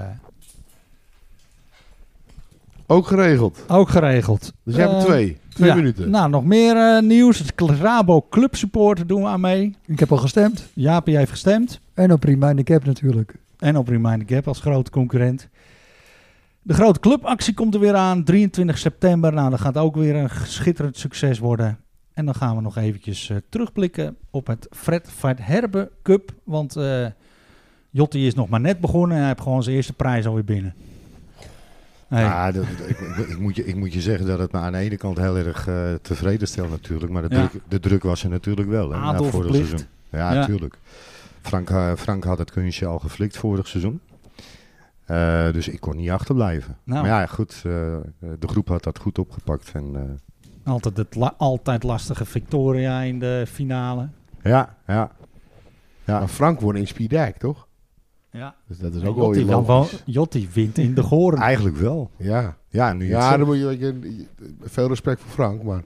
ook geregeld. Ook geregeld. Dus jij hebt uh, twee. Twee ja. minuten. Nou, nog meer uh, nieuws. Het Rabo Club Support doen we aan mee. ik heb al gestemd. Jaapie heeft gestemd. En op Remind the Gap natuurlijk. En op Remind the Gap als grote concurrent. De grote clubactie komt er weer aan. drieëntwintig september. Nou, dat gaat ook weer een schitterend succes worden. En dan gaan we nog eventjes uh, terugblikken op het Fred Vaart Herbe Cup. Want uh, Jotti is nog maar net begonnen en hij heeft gewoon zijn eerste prijs alweer binnen. Hey. Ja, dat, ik, ik, ik, moet je, ik moet je zeggen dat het me aan de ene kant heel erg uh, tevreden stelt natuurlijk. Maar de, Ja. druk, de druk was er natuurlijk wel. Hè, Adel na vorig verplicht. seizoen. Ja, Ja. natuurlijk. Frank, uh, Frank had het kunstje al geflikt vorig seizoen. Uh, dus ik kon niet achterblijven. Nou. Maar ja, goed. Uh, de groep had dat goed opgepakt. En, uh, Altijd het la- altijd lastige Victoria in de finale. ja, ja. ja. Maar Frank won in Spiedijk, toch? Ja. Dus dat is En ook wel Jotti, weer dan wel- logisch. Jotti wint in de Goren. Eigenlijk wel. Ja. Ja, nu je het Ja, zegt. dan moet je, weet je, veel respect voor Frank, maar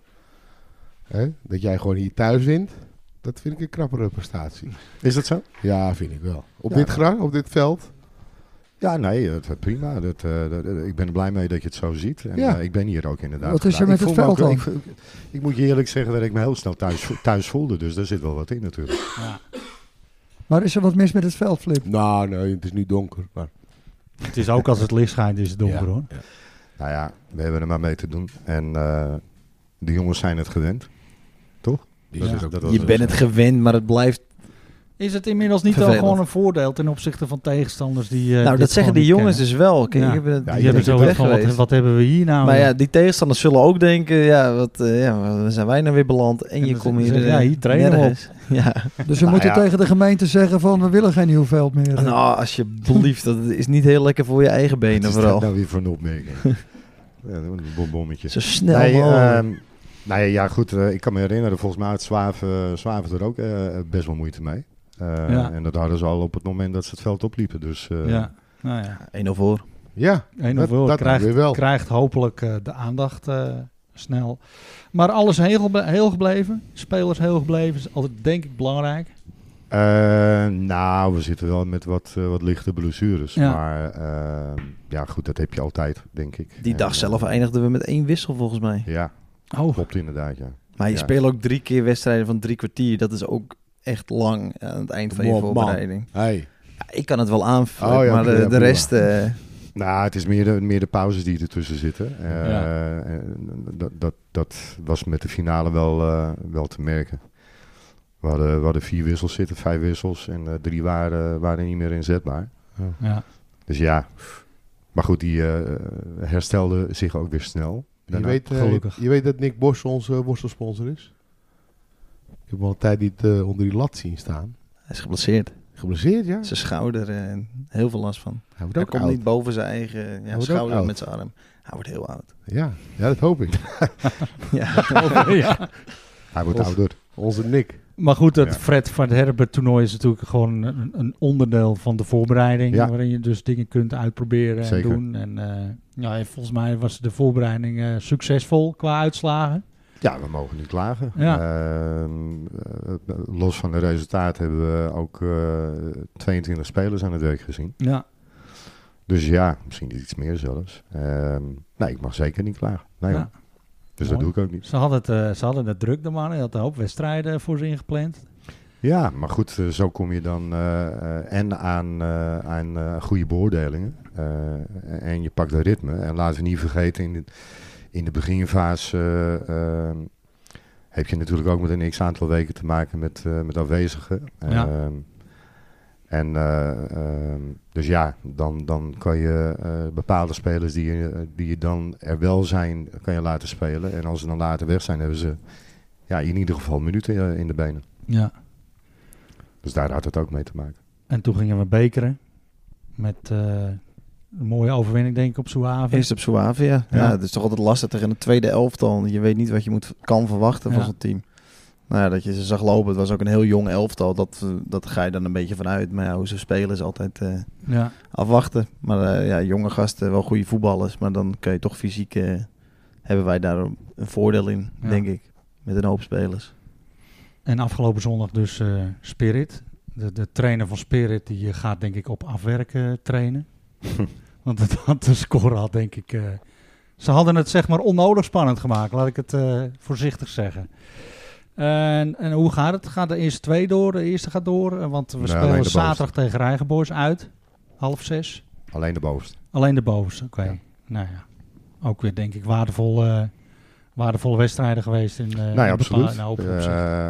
hè, dat jij gewoon hier thuis wint, dat vind ik een krappere prestatie. Is dat zo? Ja, vind ik wel. Op Ja, dit nou. gras, op dit veld. Ja, nee, het, het prima. Dat, uh, dat, ik ben er blij mee dat je het zo ziet. En, Ja. uh, ik ben hier ook inderdaad. Wat is er gedaan. met Ik het voel me veld ook- dan? Ik, ik, ik moet je eerlijk zeggen dat ik me heel snel thuis, thuis voelde. Dus daar zit wel wat in natuurlijk. Ja. Maar is er wat mis met het veld, Flip? Nou, nee, het is nu donker. Maar Het is ook als het licht schijnt, is het donker Ja. hoor. Ja. Nou ja, we hebben er maar mee te doen. En uh, de jongens zijn het gewend. Toch? die Dat is is- ook- dat was Je het. bent het gewend, maar het blijft... Is het inmiddels niet wel Vervelend. gewoon een voordeel ten opzichte van tegenstanders die... uh, nou, dit dat zeggen gewoon die niet jongens kennen? dus wel. Kijk, Ja. ik heb het, Ja, Die ik hebben denk zo dat van, wat, geweest. wat hebben we hier nou? Maar ja, die tegenstanders zullen ook denken, ja, wat, eh, ja, waar zijn wij nou weer beland? En, En je dan komt zeggen hier, ze, ja, eh, hier trainen we nergens. Ja. Dus we Nou moeten ja. tegen de gemeente zeggen van we willen geen nieuw veld meer. Nou, alsjeblieft, dat is niet heel lekker voor je eigen Wat benen is vooral. dat nou weer voor een opmerking? Ja, een bonbommetje. Zo snel Nee, mogelijk. ehm, nee, ja goed, uh, ik kan me herinneren, volgens mij had Zwaven, Zwaven er ook uh, best wel moeite mee. Uh, Ja. En dat hadden ze al op het moment dat ze het veld opliepen. Dus uh, Ja, nou ja. één nul voor. Ja, Een dat, of wel dat krijgt, weer wel. krijgt hopelijk uh, de aandacht uh, snel. Maar alles heel, gebl- heel gebleven. Spelers heel gebleven. Is altijd denk ik belangrijk. Uh, nou, we zitten wel met wat, uh, wat lichte blessures. Ja. Maar uh, ja goed, dat heb je altijd, denk ik. Die En, dag uh, zelf eindigden we met één wissel volgens mij. Ja, Oh, klopt inderdaad, ja. Maar je Ja. speelt ook drie keer wedstrijden van drie kwartier. Dat is ook echt lang aan het eind van je Man, man. voorbereiding. Hey. Ja, ik kan het wel aanvullen, Oh ja, maar de, prima, de prima. rest... eh, Nou, het is meer de, meer de pauzes die ertussen zitten. Uh, Ja. en dat, dat, dat was met de finale wel, uh, wel te merken. We hadden, we hadden vier wissels zitten, vijf wissels. En uh, drie waren, waren niet meer inzetbaar. ja. Dus ja, maar goed, die uh, herstelde zich ook weer snel. Je Daarna- weet, uh, gelukkig. je weet dat Nick Bos onze worstelsponsor is? Ik heb hem al een tijd niet uh, onder die lat zien staan. hij is geblesseerd. Geblesseerd, ja? Zijn schouder, eh, heel veel last van. Hij wordt Hij ook komt oud. niet boven zijn eigen ja, wordt ook schouder oud. met zijn arm. Hij wordt heel oud. Ja, ja, dat hoop ik. Ja. ja. Hij wordt Ons- ouder. Onze Nick. Maar goed, het Ja. Fred van Herbert toernooi is natuurlijk gewoon een, een onderdeel van de voorbereiding. Ja. Waarin je dus dingen kunt uitproberen Zeker. en doen. En uh, ja, volgens mij was de voorbereiding uh, succesvol qua uitslagen. Ja, we mogen niet klagen. Ja. Uh, uh, los van de resultaten hebben we ook uh, tweeëntwintig spelers aan het werk gezien. Ja. Dus ja, misschien iets meer zelfs. Uh, nee, ik mag zeker niet klagen. Nee, Ja. hoor. Dus Mooi. dat doe ik ook niet. Ze hadden het, uh, ze hadden het druk, de mannen. Je had een hoop wedstrijden voor ze ingepland. Ja, maar goed, uh, zo kom je dan uh, uh, en aan, uh, aan uh, goede beoordelingen. Uh, en je pakt dat ritme. En laten we niet vergeten, in de, in de beginfase uh, uh, heb je natuurlijk ook met een x-aantal weken te maken met, uh, met afwezigen. Ja. Uh, en uh, uh, dus ja, dan, dan kan je uh, bepaalde spelers die je, die je dan er wel zijn, kan je laten spelen. En als ze dan later weg zijn, hebben ze ja, in ieder geval minuten uh, in de benen. Ja. Dus daar had het ook mee te maken. En toen gingen we bekeren. Met uh, een mooie overwinning, denk ik, op Suave. Eerst op Suave, ja. Ja. ja. Het is toch altijd lastig tegen een tweede elftal. Je weet niet wat je moet, kan verwachten Ja. van zo'n team. Nou ja, dat je ze zag lopen. Het was ook een heel jong elftal. Dat, dat ga je dan een beetje vanuit. Maar ja, hoe ze spelen is altijd uh, Ja. afwachten. Maar uh, ja, jonge gasten, wel goede voetballers. Maar dan kun je toch fysiek... Uh, hebben wij daar een voordeel in, Ja. denk ik. Met een hoop spelers. En afgelopen zondag dus uh, Spirit. De, de trainer van Spirit die gaat denk ik op afwerken trainen. Want het had de score had denk ik... Uh, ze hadden het zeg maar onnodig spannend gemaakt. Laat ik het uh, voorzichtig zeggen. En, en hoe gaat het? Gaat de eerste twee door? De eerste gaat door? Uh, want we Nee, spelen alleen de zaterdag tegen Rijgenboys uit. Half zes. Alleen de bovenste. Alleen de bovenste, oké. Okay. Ja. Nou ja, ook weer denk ik waardevol, uh, waardevolle wedstrijden geweest. In, uh, Nou ja, in absoluut. bepaal- in Uh,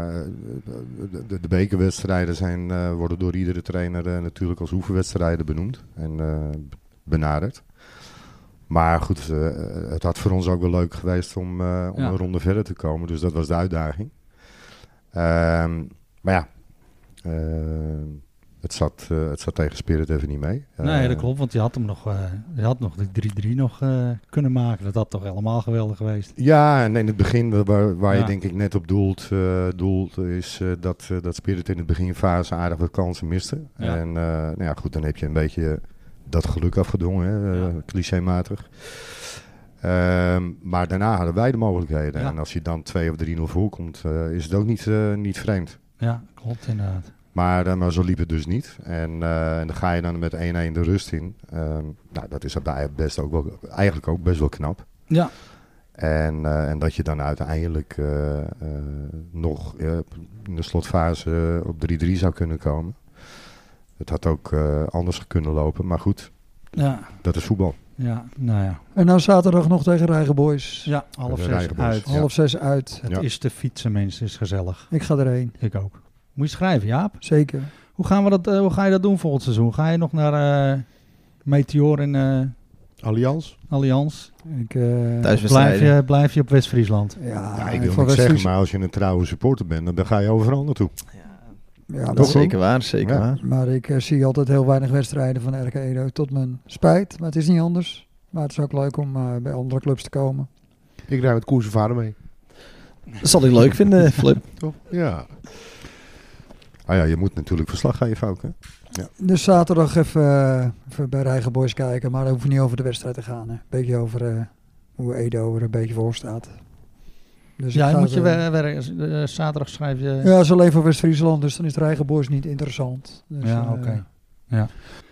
de, de, de bekerwedstrijden zijn, uh, worden door iedere trainer uh, natuurlijk als oefenwedstrijden benoemd en uh, benaderd. Maar goed, uh, het had voor ons ook wel leuk geweest om, uh, om Ja. een ronde verder te komen. Dus dat was de uitdaging. Uh, maar ja, uh, het, zat, uh, het zat tegen Spirit even niet mee. Uh, Nee, dat klopt, want je had hem nog, uh, je had nog de drie drie nog uh, kunnen maken. Dat had toch helemaal geweldig geweest. Ja, en in het begin, waar, waar Ja. je denk ik net op doelt, uh, doelt is uh, dat, uh, dat Spirit in de beginfase aardig wat kansen miste. Ja. En uh, nou ja, goed, dan heb je een beetje dat geluk afgedwongen, hè, uh, Ja. clichématig. Ehm, maar daarna hadden wij de mogelijkheden. Ja. En als je dan twee of drie nul voorkomt, uh, is het ook niet, uh, niet vreemd. Ja, klopt inderdaad. Maar, uh, maar zo liep het dus niet. En, uh, en dan ga je dan met één-één de rust in. Um, nou, dat is best ook wel, eigenlijk ook best wel knap. Ja. En, uh, en dat je dan uiteindelijk uh, uh, nog uh, in de slotfase uh, op drie drie zou kunnen komen. Het had ook uh, anders kunnen lopen, maar goed, ja. Dat is voetbal. Ja, nou ja. En nou zaterdag nog tegen Rijgenboys. Ja, half zes Rijgenboys. uit. Ja. Half zes uit. Het Ja. is te fietsen, mensen. Het is gezellig. Ik ga erheen. Ik ook. Moet je schrijven, Jaap? Zeker. Hoe, gaan we dat, uh, hoe ga je dat doen volgend seizoen? Ga je nog naar uh, Meteor en uh, Allianz? Allianz? Ik, uh, Thuiswedstrijden. Blijf je, blijf je op West-Friesland? Ja, Ja, ik wil voor niks zeggen, West-Fries- maar als je een trouwe supporter bent, dan ga je overal naartoe. Ja, Dat dat is zeker waar, zeker Ja. waar. Maar ik uh, zie altijd heel weinig wedstrijden van R K Edo. Tot mijn spijt. Maar het is niet anders. Maar het is ook leuk om uh, bij andere clubs te komen. Ik rijd met Koers en vader mee. Dat zal ik leuk vinden, Flip. Toch? Ja. Ah ja, je moet natuurlijk verslag geven ook, hè? Dus zaterdag even, uh, even bij Rijgenboys kijken. Maar daar hoeft niet over de wedstrijd te gaan. Een beetje over uh, hoe Edo er een beetje voor staat. Dus Ja, ik ga moet je het, wer- werken. Uh, zaterdag schrijf je... Ja, ze alleen voor West-Friesland. Dus dan is het Rijgenboys niet interessant. Dus, Ja, uh, oké. Ja.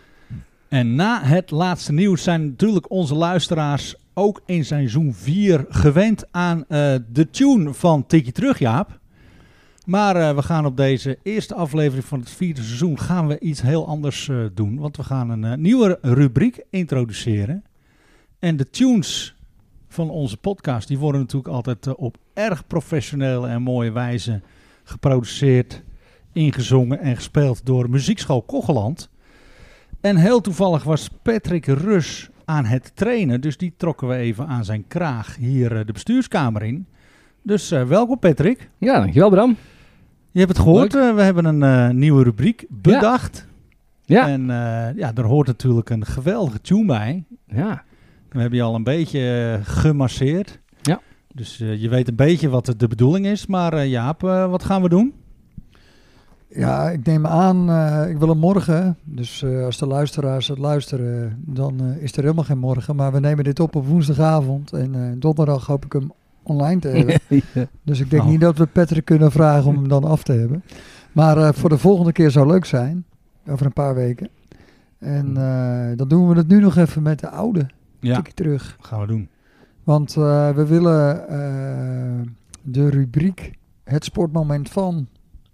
En na het laatste nieuws zijn natuurlijk onze luisteraars ook in seizoen vier gewend aan uh, de tune van Tikkie Terug, Jaap. Maar uh, we gaan op deze eerste aflevering van het vierde seizoen gaan we iets heel anders uh, doen. Want we gaan een uh, nieuwe rubriek introduceren. En de tunes van onze podcast, die worden natuurlijk altijd uh, op erg professionele en mooie wijze geproduceerd, ingezongen en gespeeld door Muziekschool Kocheland. En heel toevallig was Patrick Rus aan het trainen, dus die trokken we even aan zijn kraag hier uh, de bestuurskamer in. Dus uh, welkom Patrick. Ja, dankjewel Bram. Je hebt het gehoord, uh, we hebben een uh, nieuwe rubriek bedacht. Ja. En uh, ja, daar hoort natuurlijk een geweldige tune bij. Ja. We hebben je al een beetje uh, gemasseerd. Ja. Dus uh, je weet een beetje wat de, de bedoeling is. Maar uh, Jaap, uh, wat gaan we doen? Ja, ik neem aan, uh, ik wil hem morgen. Dus uh, als de luisteraars het luisteren, dan uh, is er helemaal geen morgen. Maar we nemen dit op op woensdagavond. En uh, donderdag hoop ik hem online te hebben. Ja. Dus ik denk Oh. niet dat we Patrick kunnen vragen om hem dan af te hebben. Maar uh, voor de volgende keer zou leuk zijn. Over een paar weken. En uh, dan doen we het nu nog even met de oude. Ja, Tikkie terug. gaan we doen. Want uh, we willen uh, de rubriek Het Sportmoment van...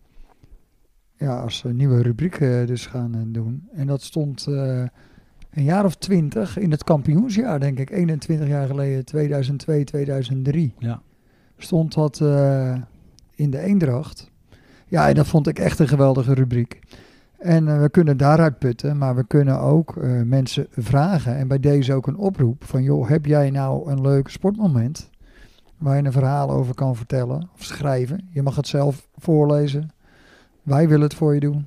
Ja, als een nieuwe rubriek uh, dus gaan uh, doen. En dat stond uh, een jaar of twintig in het kampioensjaar, denk ik. eenentwintig jaar geleden, tweeduizend twee, tweeduizend drie. Ja. Stond dat uh, in de Eendracht. Ja, en dat vond ik echt een geweldige rubriek. En uh, we kunnen daaruit putten, maar we kunnen ook uh, mensen vragen. En bij deze ook een oproep van, joh, heb jij nou een leuk sportmoment waar je een verhaal over kan vertellen of schrijven? Je mag het zelf voorlezen. Wij willen het voor je doen.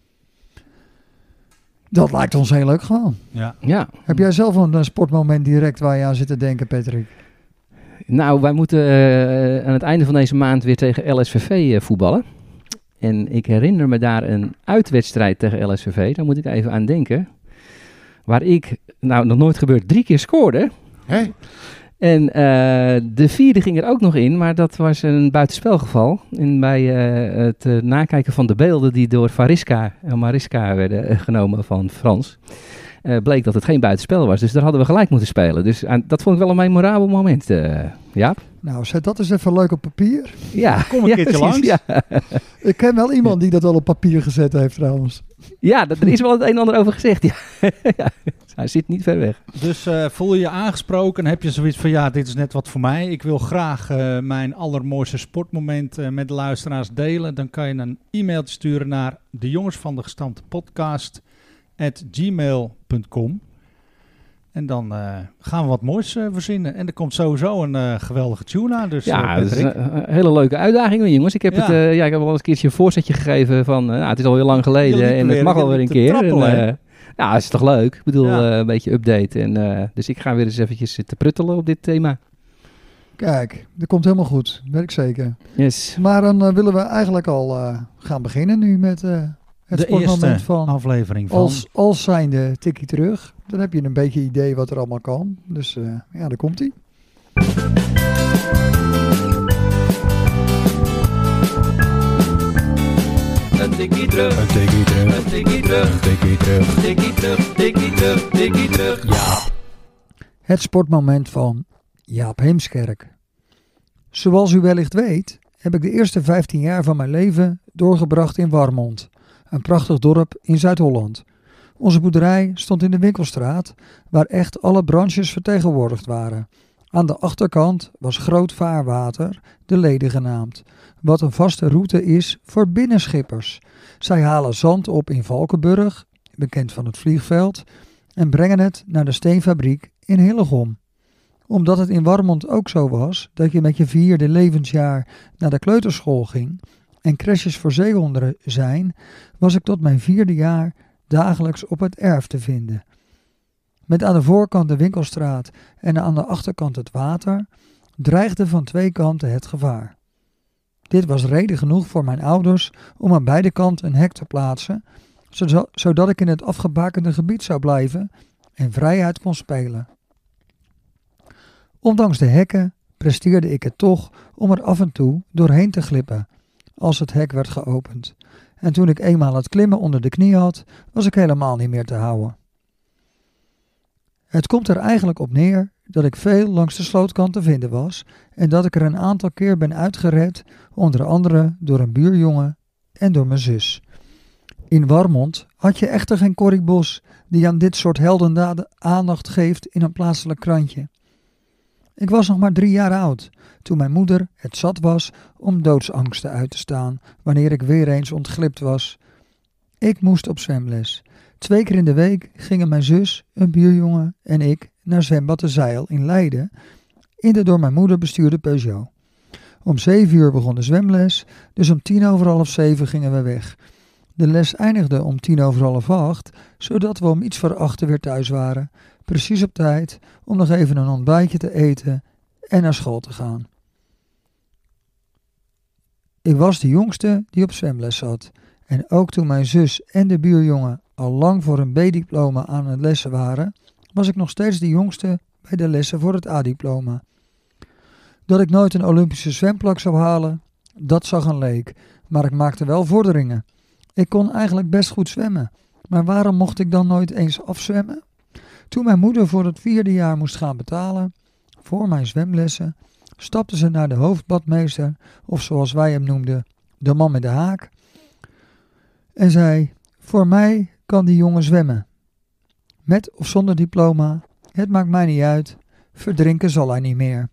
Dat lijkt ons heel leuk gewoon. Ja. Ja. Heb jij zelf een, een sportmoment direct waar je aan zit te denken, Patrick? Nou, wij moeten uh, aan het einde van deze maand weer tegen L S V V uh, voetballen. En ik herinner me daar een uitwedstrijd tegen L S V V. Daar moet ik even aan denken. Waar ik, nou nog nooit gebeurd, drie keer scoorde. Hè? En uh, de vierde ging er ook nog in, maar dat was een buitenspelgeval. En bij uh, het uh, nakijken van de beelden die door Variska en Mariska werden uh, genomen van Frans, uh, bleek dat het geen buitenspel was. Dus daar hadden we gelijk moeten spelen. Dus uh, dat vond ik wel een memorabel moment, uh, Jaap. Nou, zet dat eens even leuk op papier. Ja, Kom een ja, keertje precies, langs. Ja, Ik ken wel iemand die dat wel op papier gezet heeft trouwens. ja dat, er is wel het een en ander over gezegd. Ja. Ja, hij zit niet ver weg. Dus uh, voel je je aangesproken? Heb je zoiets van, ja, dit is net wat voor mij. Ik wil graag uh, mijn allermooiste sportmoment uh, met de luisteraars delen. Dan kan je een e-mailtje sturen naar de jongens van de gestampte podcast at gmail punt com. En dan uh, gaan we wat moois uh, verzinnen. En er komt sowieso een uh, geweldige tune aan. Dus, Ja, uh, dat is Patrick. een, een hele leuke uitdaging, hoor, jongens. Ik heb, Ja. het, uh, ja, ik heb al eens een keertje een voorzetje gegeven van, uh, nou, het is al heel lang geleden Jullie en het mag proberen alweer een te keer. trappelen, En, hè? uh, ja, het is toch leuk? Ik bedoel, Ja. uh, een beetje update. En, uh, dus ik ga weer eens eventjes te pruttelen op dit thema. Kijk, dat komt helemaal goed. Weet ik zeker. Yes. Maar dan uh, willen we eigenlijk al uh, gaan beginnen nu met uh, het de sportmoment eerste van... aflevering van... Als, als zijnde tikkie terug. Dan heb je een beetje idee wat er allemaal kan. Dus uh, ja, daar komt hij. Een tikkie terug, Een tikkie terug, een tikkie terug, een tikkie terug. tikkie terug, tikkie terug, tikkie terug. Ja. Het sportmoment van Jaap Heemskerk. Zoals u wellicht weet, heb ik de eerste vijftien jaar van mijn leven doorgebracht in Warmond, een prachtig dorp in Zuid-Holland. Onze boerderij stond in de winkelstraat, waar echt alle branches vertegenwoordigd waren. Aan de achterkant was Groot Vaarwater, de Lede genaamd, wat een vaste route is voor binnenschippers. Zij halen zand op in Valkenburg, bekend van het vliegveld, en brengen het naar de steenfabriek in Hillegom. Omdat het in Warmond ook zo was dat je met je vierde levensjaar naar de kleuterschool ging en crèches voor zeehonden zijn, was ik tot mijn vierde jaar dagelijks op het erf te vinden. Met aan de voorkant de winkelstraat en aan de achterkant het water, dreigde van twee kanten het gevaar. Dit was reden genoeg voor mijn ouders om aan beide kanten een hek te plaatsen, zodat ik in het afgebakende gebied zou blijven en vrijheid kon spelen. Ondanks de hekken presteerde ik het toch om er af en toe doorheen te glippen als het hek werd geopend. En toen ik eenmaal het klimmen onder de knie had, was ik helemaal niet meer te houden. Het komt er eigenlijk op neer dat ik veel langs de slootkant te vinden was en dat ik er een aantal keer ben uitgered, onder andere door een buurjongen en door mijn zus. In Warmond had je echter geen Corrie Bos die aan dit soort heldendaden aandacht geeft in een plaatselijk krantje. Ik was nog maar drie jaar oud, toen mijn moeder het zat was om doodsangsten uit te staan wanneer ik weer eens ontglipt was. Ik moest op zwemles. Twee keer in de week gingen mijn zus, een buurjongen en ik naar zwembad De Zeil in Leiden in de door mijn moeder bestuurde Peugeot. Om zeven uur begon de zwemles, dus om tien over half zeven gingen we weg. De les eindigde om tien over half acht, zodat we om iets voor achter weer thuis waren, precies op tijd om nog even een ontbijtje te eten en naar school te gaan. Ik was de jongste die op zwemles zat en ook toen mijn zus en de buurjongen al lang voor een B-diploma aan het lessen waren, was ik nog steeds de jongste bij de lessen voor het A-diploma. Dat ik nooit een Olympische zwemplak zou halen, dat zag een leek, maar ik maakte wel vorderingen. Ik kon eigenlijk best goed zwemmen, maar waarom mocht ik dan nooit eens afzwemmen? Toen mijn moeder voor het vierde jaar moest gaan betalen voor mijn zwemlessen, stapte ze naar de hoofdbadmeester, of zoals wij hem noemden, de man met de haak, en zei: voor mij kan die jongen zwemmen. Met of zonder diploma, het maakt mij niet uit, verdrinken zal hij niet meer.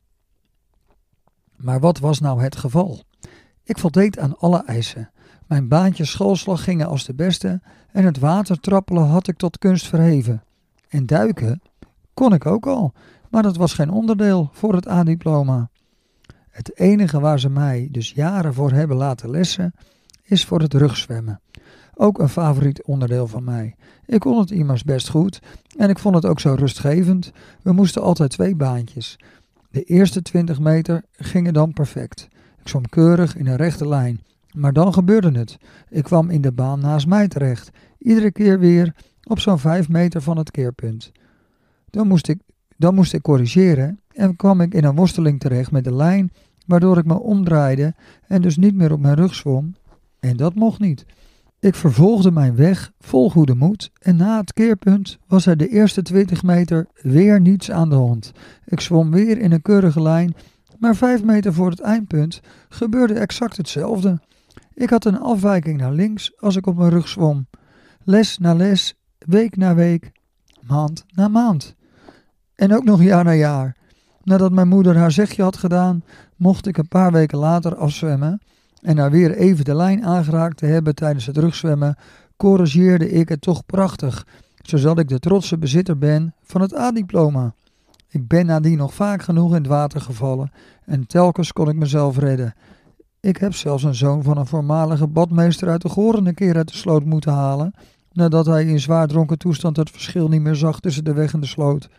Maar wat was nou het geval? Ik voldeed aan alle eisen. Mijn baantjes schoolslag gingen als de beste en het water trappelen had ik tot kunst verheven. En duiken kon ik ook al, maar dat was geen onderdeel voor het A-diploma. Het enige waar ze mij dus jaren voor hebben laten lessen, is voor het rugzwemmen. Ook een favoriet onderdeel van mij. Ik kon het immers best goed en ik vond het ook zo rustgevend. We moesten altijd twee baantjes. De eerste twintig meter gingen dan perfect. Ik zwom keurig in een rechte lijn. Maar dan gebeurde het. Ik kwam in de baan naast mij terecht. Iedere keer weer op zo'n vijf meter van het keerpunt. Dan moest ik, dan moest ik corrigeren en kwam ik in een worsteling terecht met de lijn, waardoor ik me omdraaide en dus niet meer op mijn rug zwom. En dat mocht niet. Ik vervolgde mijn weg vol goede moed en na het keerpunt was er de eerste twintig meter weer niets aan de hand. Ik zwom weer in een keurige lijn, maar vijf meter voor het eindpunt gebeurde exact hetzelfde. Ik had een afwijking naar links als ik op mijn rug zwom. Les na les, week na week, maand na maand. En ook nog jaar na jaar. Nadat mijn moeder haar zegje had gedaan, mocht ik een paar weken later afzwemmen. En na weer even de lijn aangeraakt te hebben tijdens het rugzwemmen, corrigeerde ik het toch prachtig, zodat ik de trotse bezitter ben van het A-diploma. Ik ben nadien nog vaak genoeg in het water gevallen en telkens kon ik mezelf redden. Ik heb zelfs een zoon van een voormalige badmeester uit de Goren een keer uit de sloot moeten halen, nadat hij in zwaar dronken toestand het verschil niet meer zag tussen de weg en de sloot.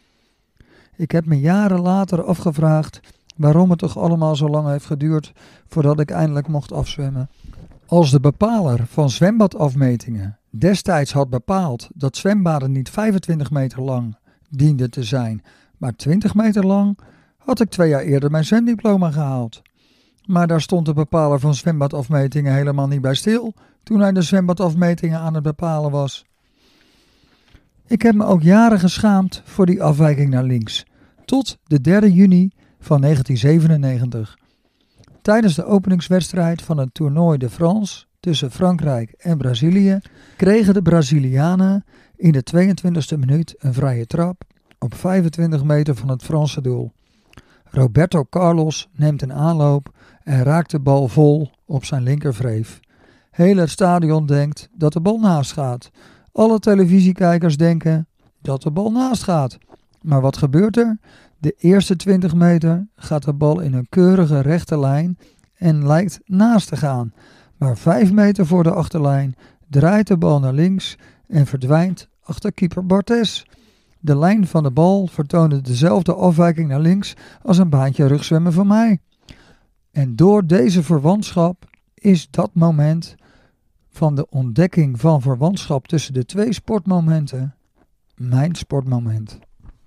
Ik heb me jaren later afgevraagd waarom het toch allemaal zo lang heeft geduurd voordat ik eindelijk mocht afzwemmen. Als de bepaler van zwembadafmetingen destijds had bepaald dat zwembaden niet vijfentwintig meter lang dienden te zijn, maar twintig meter lang, had ik twee jaar eerder mijn zwemdiploma gehaald. Maar daar stond de bepaler van zwembadafmetingen helemaal niet bij stil toen hij de zwembadafmetingen aan het bepalen was. Ik heb me ook jaren geschaamd voor die afwijking naar links, tot de derde juni van negentien zevenennegentig. Tijdens de openingswedstrijd van het Toernooi de France tussen Frankrijk en Brazilië kregen de Brazilianen in de tweeëntwintigste minuut een vrije trap op vijfentwintig meter van het Franse doel. Roberto Carlos neemt een aanloop en raakt de bal vol op zijn linkervreef. Heel het stadion denkt dat de bal naast gaat. Alle televisiekijkers denken dat de bal naast gaat. Maar wat gebeurt er? De eerste twintig meter gaat de bal in een keurige rechte lijn en lijkt naast te gaan. Maar vijf meter voor de achterlijn draait de bal naar links en verdwijnt achter keeper Barthez. De lijn van de bal vertoonde dezelfde afwijking naar links als een baantje rugzwemmen van mij. En door deze verwantschap is dat moment van de ontdekking van verwantschap tussen de twee sportmomenten mijn sportmoment.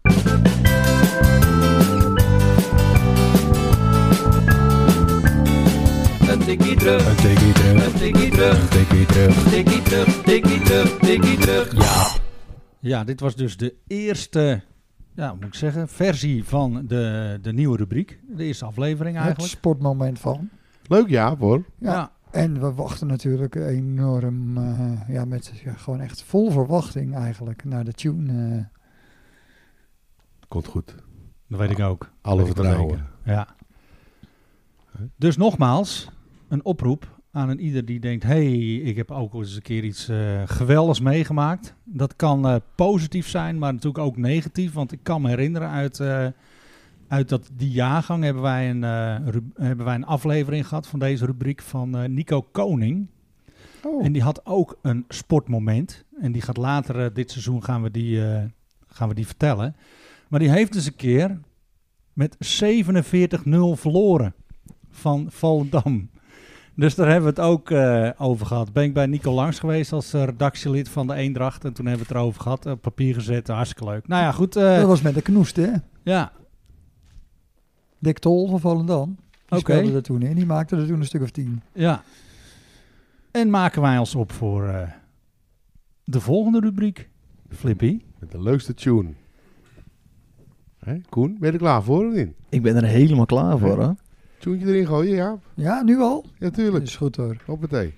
Een tikkie terug, Een tikkie terug. een tikkie terug, Een tikkie terug. tikkie terug, tikkie terug, tikkie terug. Ja. Ja, dit was dus de eerste, ja, moet ik zeggen, versie van de, de nieuwe rubriek. De eerste aflevering Het eigenlijk. sportmoment van. Leuk Jaap hoor. Ja. Ja. En we wachten natuurlijk enorm, uh, ja, met ja, gewoon echt vol verwachting eigenlijk naar de tune. Uh. Komt goed. Dat weet ik ook. Alle Weet ik wel vertrouwen. zeker. Ja. Dus nogmaals, een oproep aan een ieder die denkt, hey, ik heb ook eens een keer iets uh, geweldigs meegemaakt. Dat kan uh, positief zijn, maar natuurlijk ook negatief. Want ik kan me herinneren uit, uh, uit dat, die jaargang hebben wij, een, uh, ru- hebben wij een aflevering gehad van deze rubriek van uh, Nico Koning. Oh. En die had ook een sportmoment. En die gaat later, uh, dit seizoen gaan we die, uh, gaan we die vertellen. Maar die heeft dus een keer met zevenenveertig nul verloren van Volendam. Dus daar hebben we het ook uh, over gehad. Ben ik bij Nico langs geweest als uh, redactielid van de Eendracht. En toen hebben we het erover gehad. Op papier gezet. Hartstikke leuk. Nou ja, goed. Uh, Dat was met de knoest, hè? ja, Dick Tol van Volendam. Die Oké. speelde er toen in. Die maakte er toen een stuk of tien. ja. En maken wij ons op voor uh, de volgende rubriek. Flippy. Met de leukste tune. Hè, Koen, ben je er klaar voor of niet? Ik ben er helemaal klaar voor, hoor. Tuentje erin gooien, Jaap? Ja, nu al? Ja, tuurlijk. Is goed hoor. Hoppatee.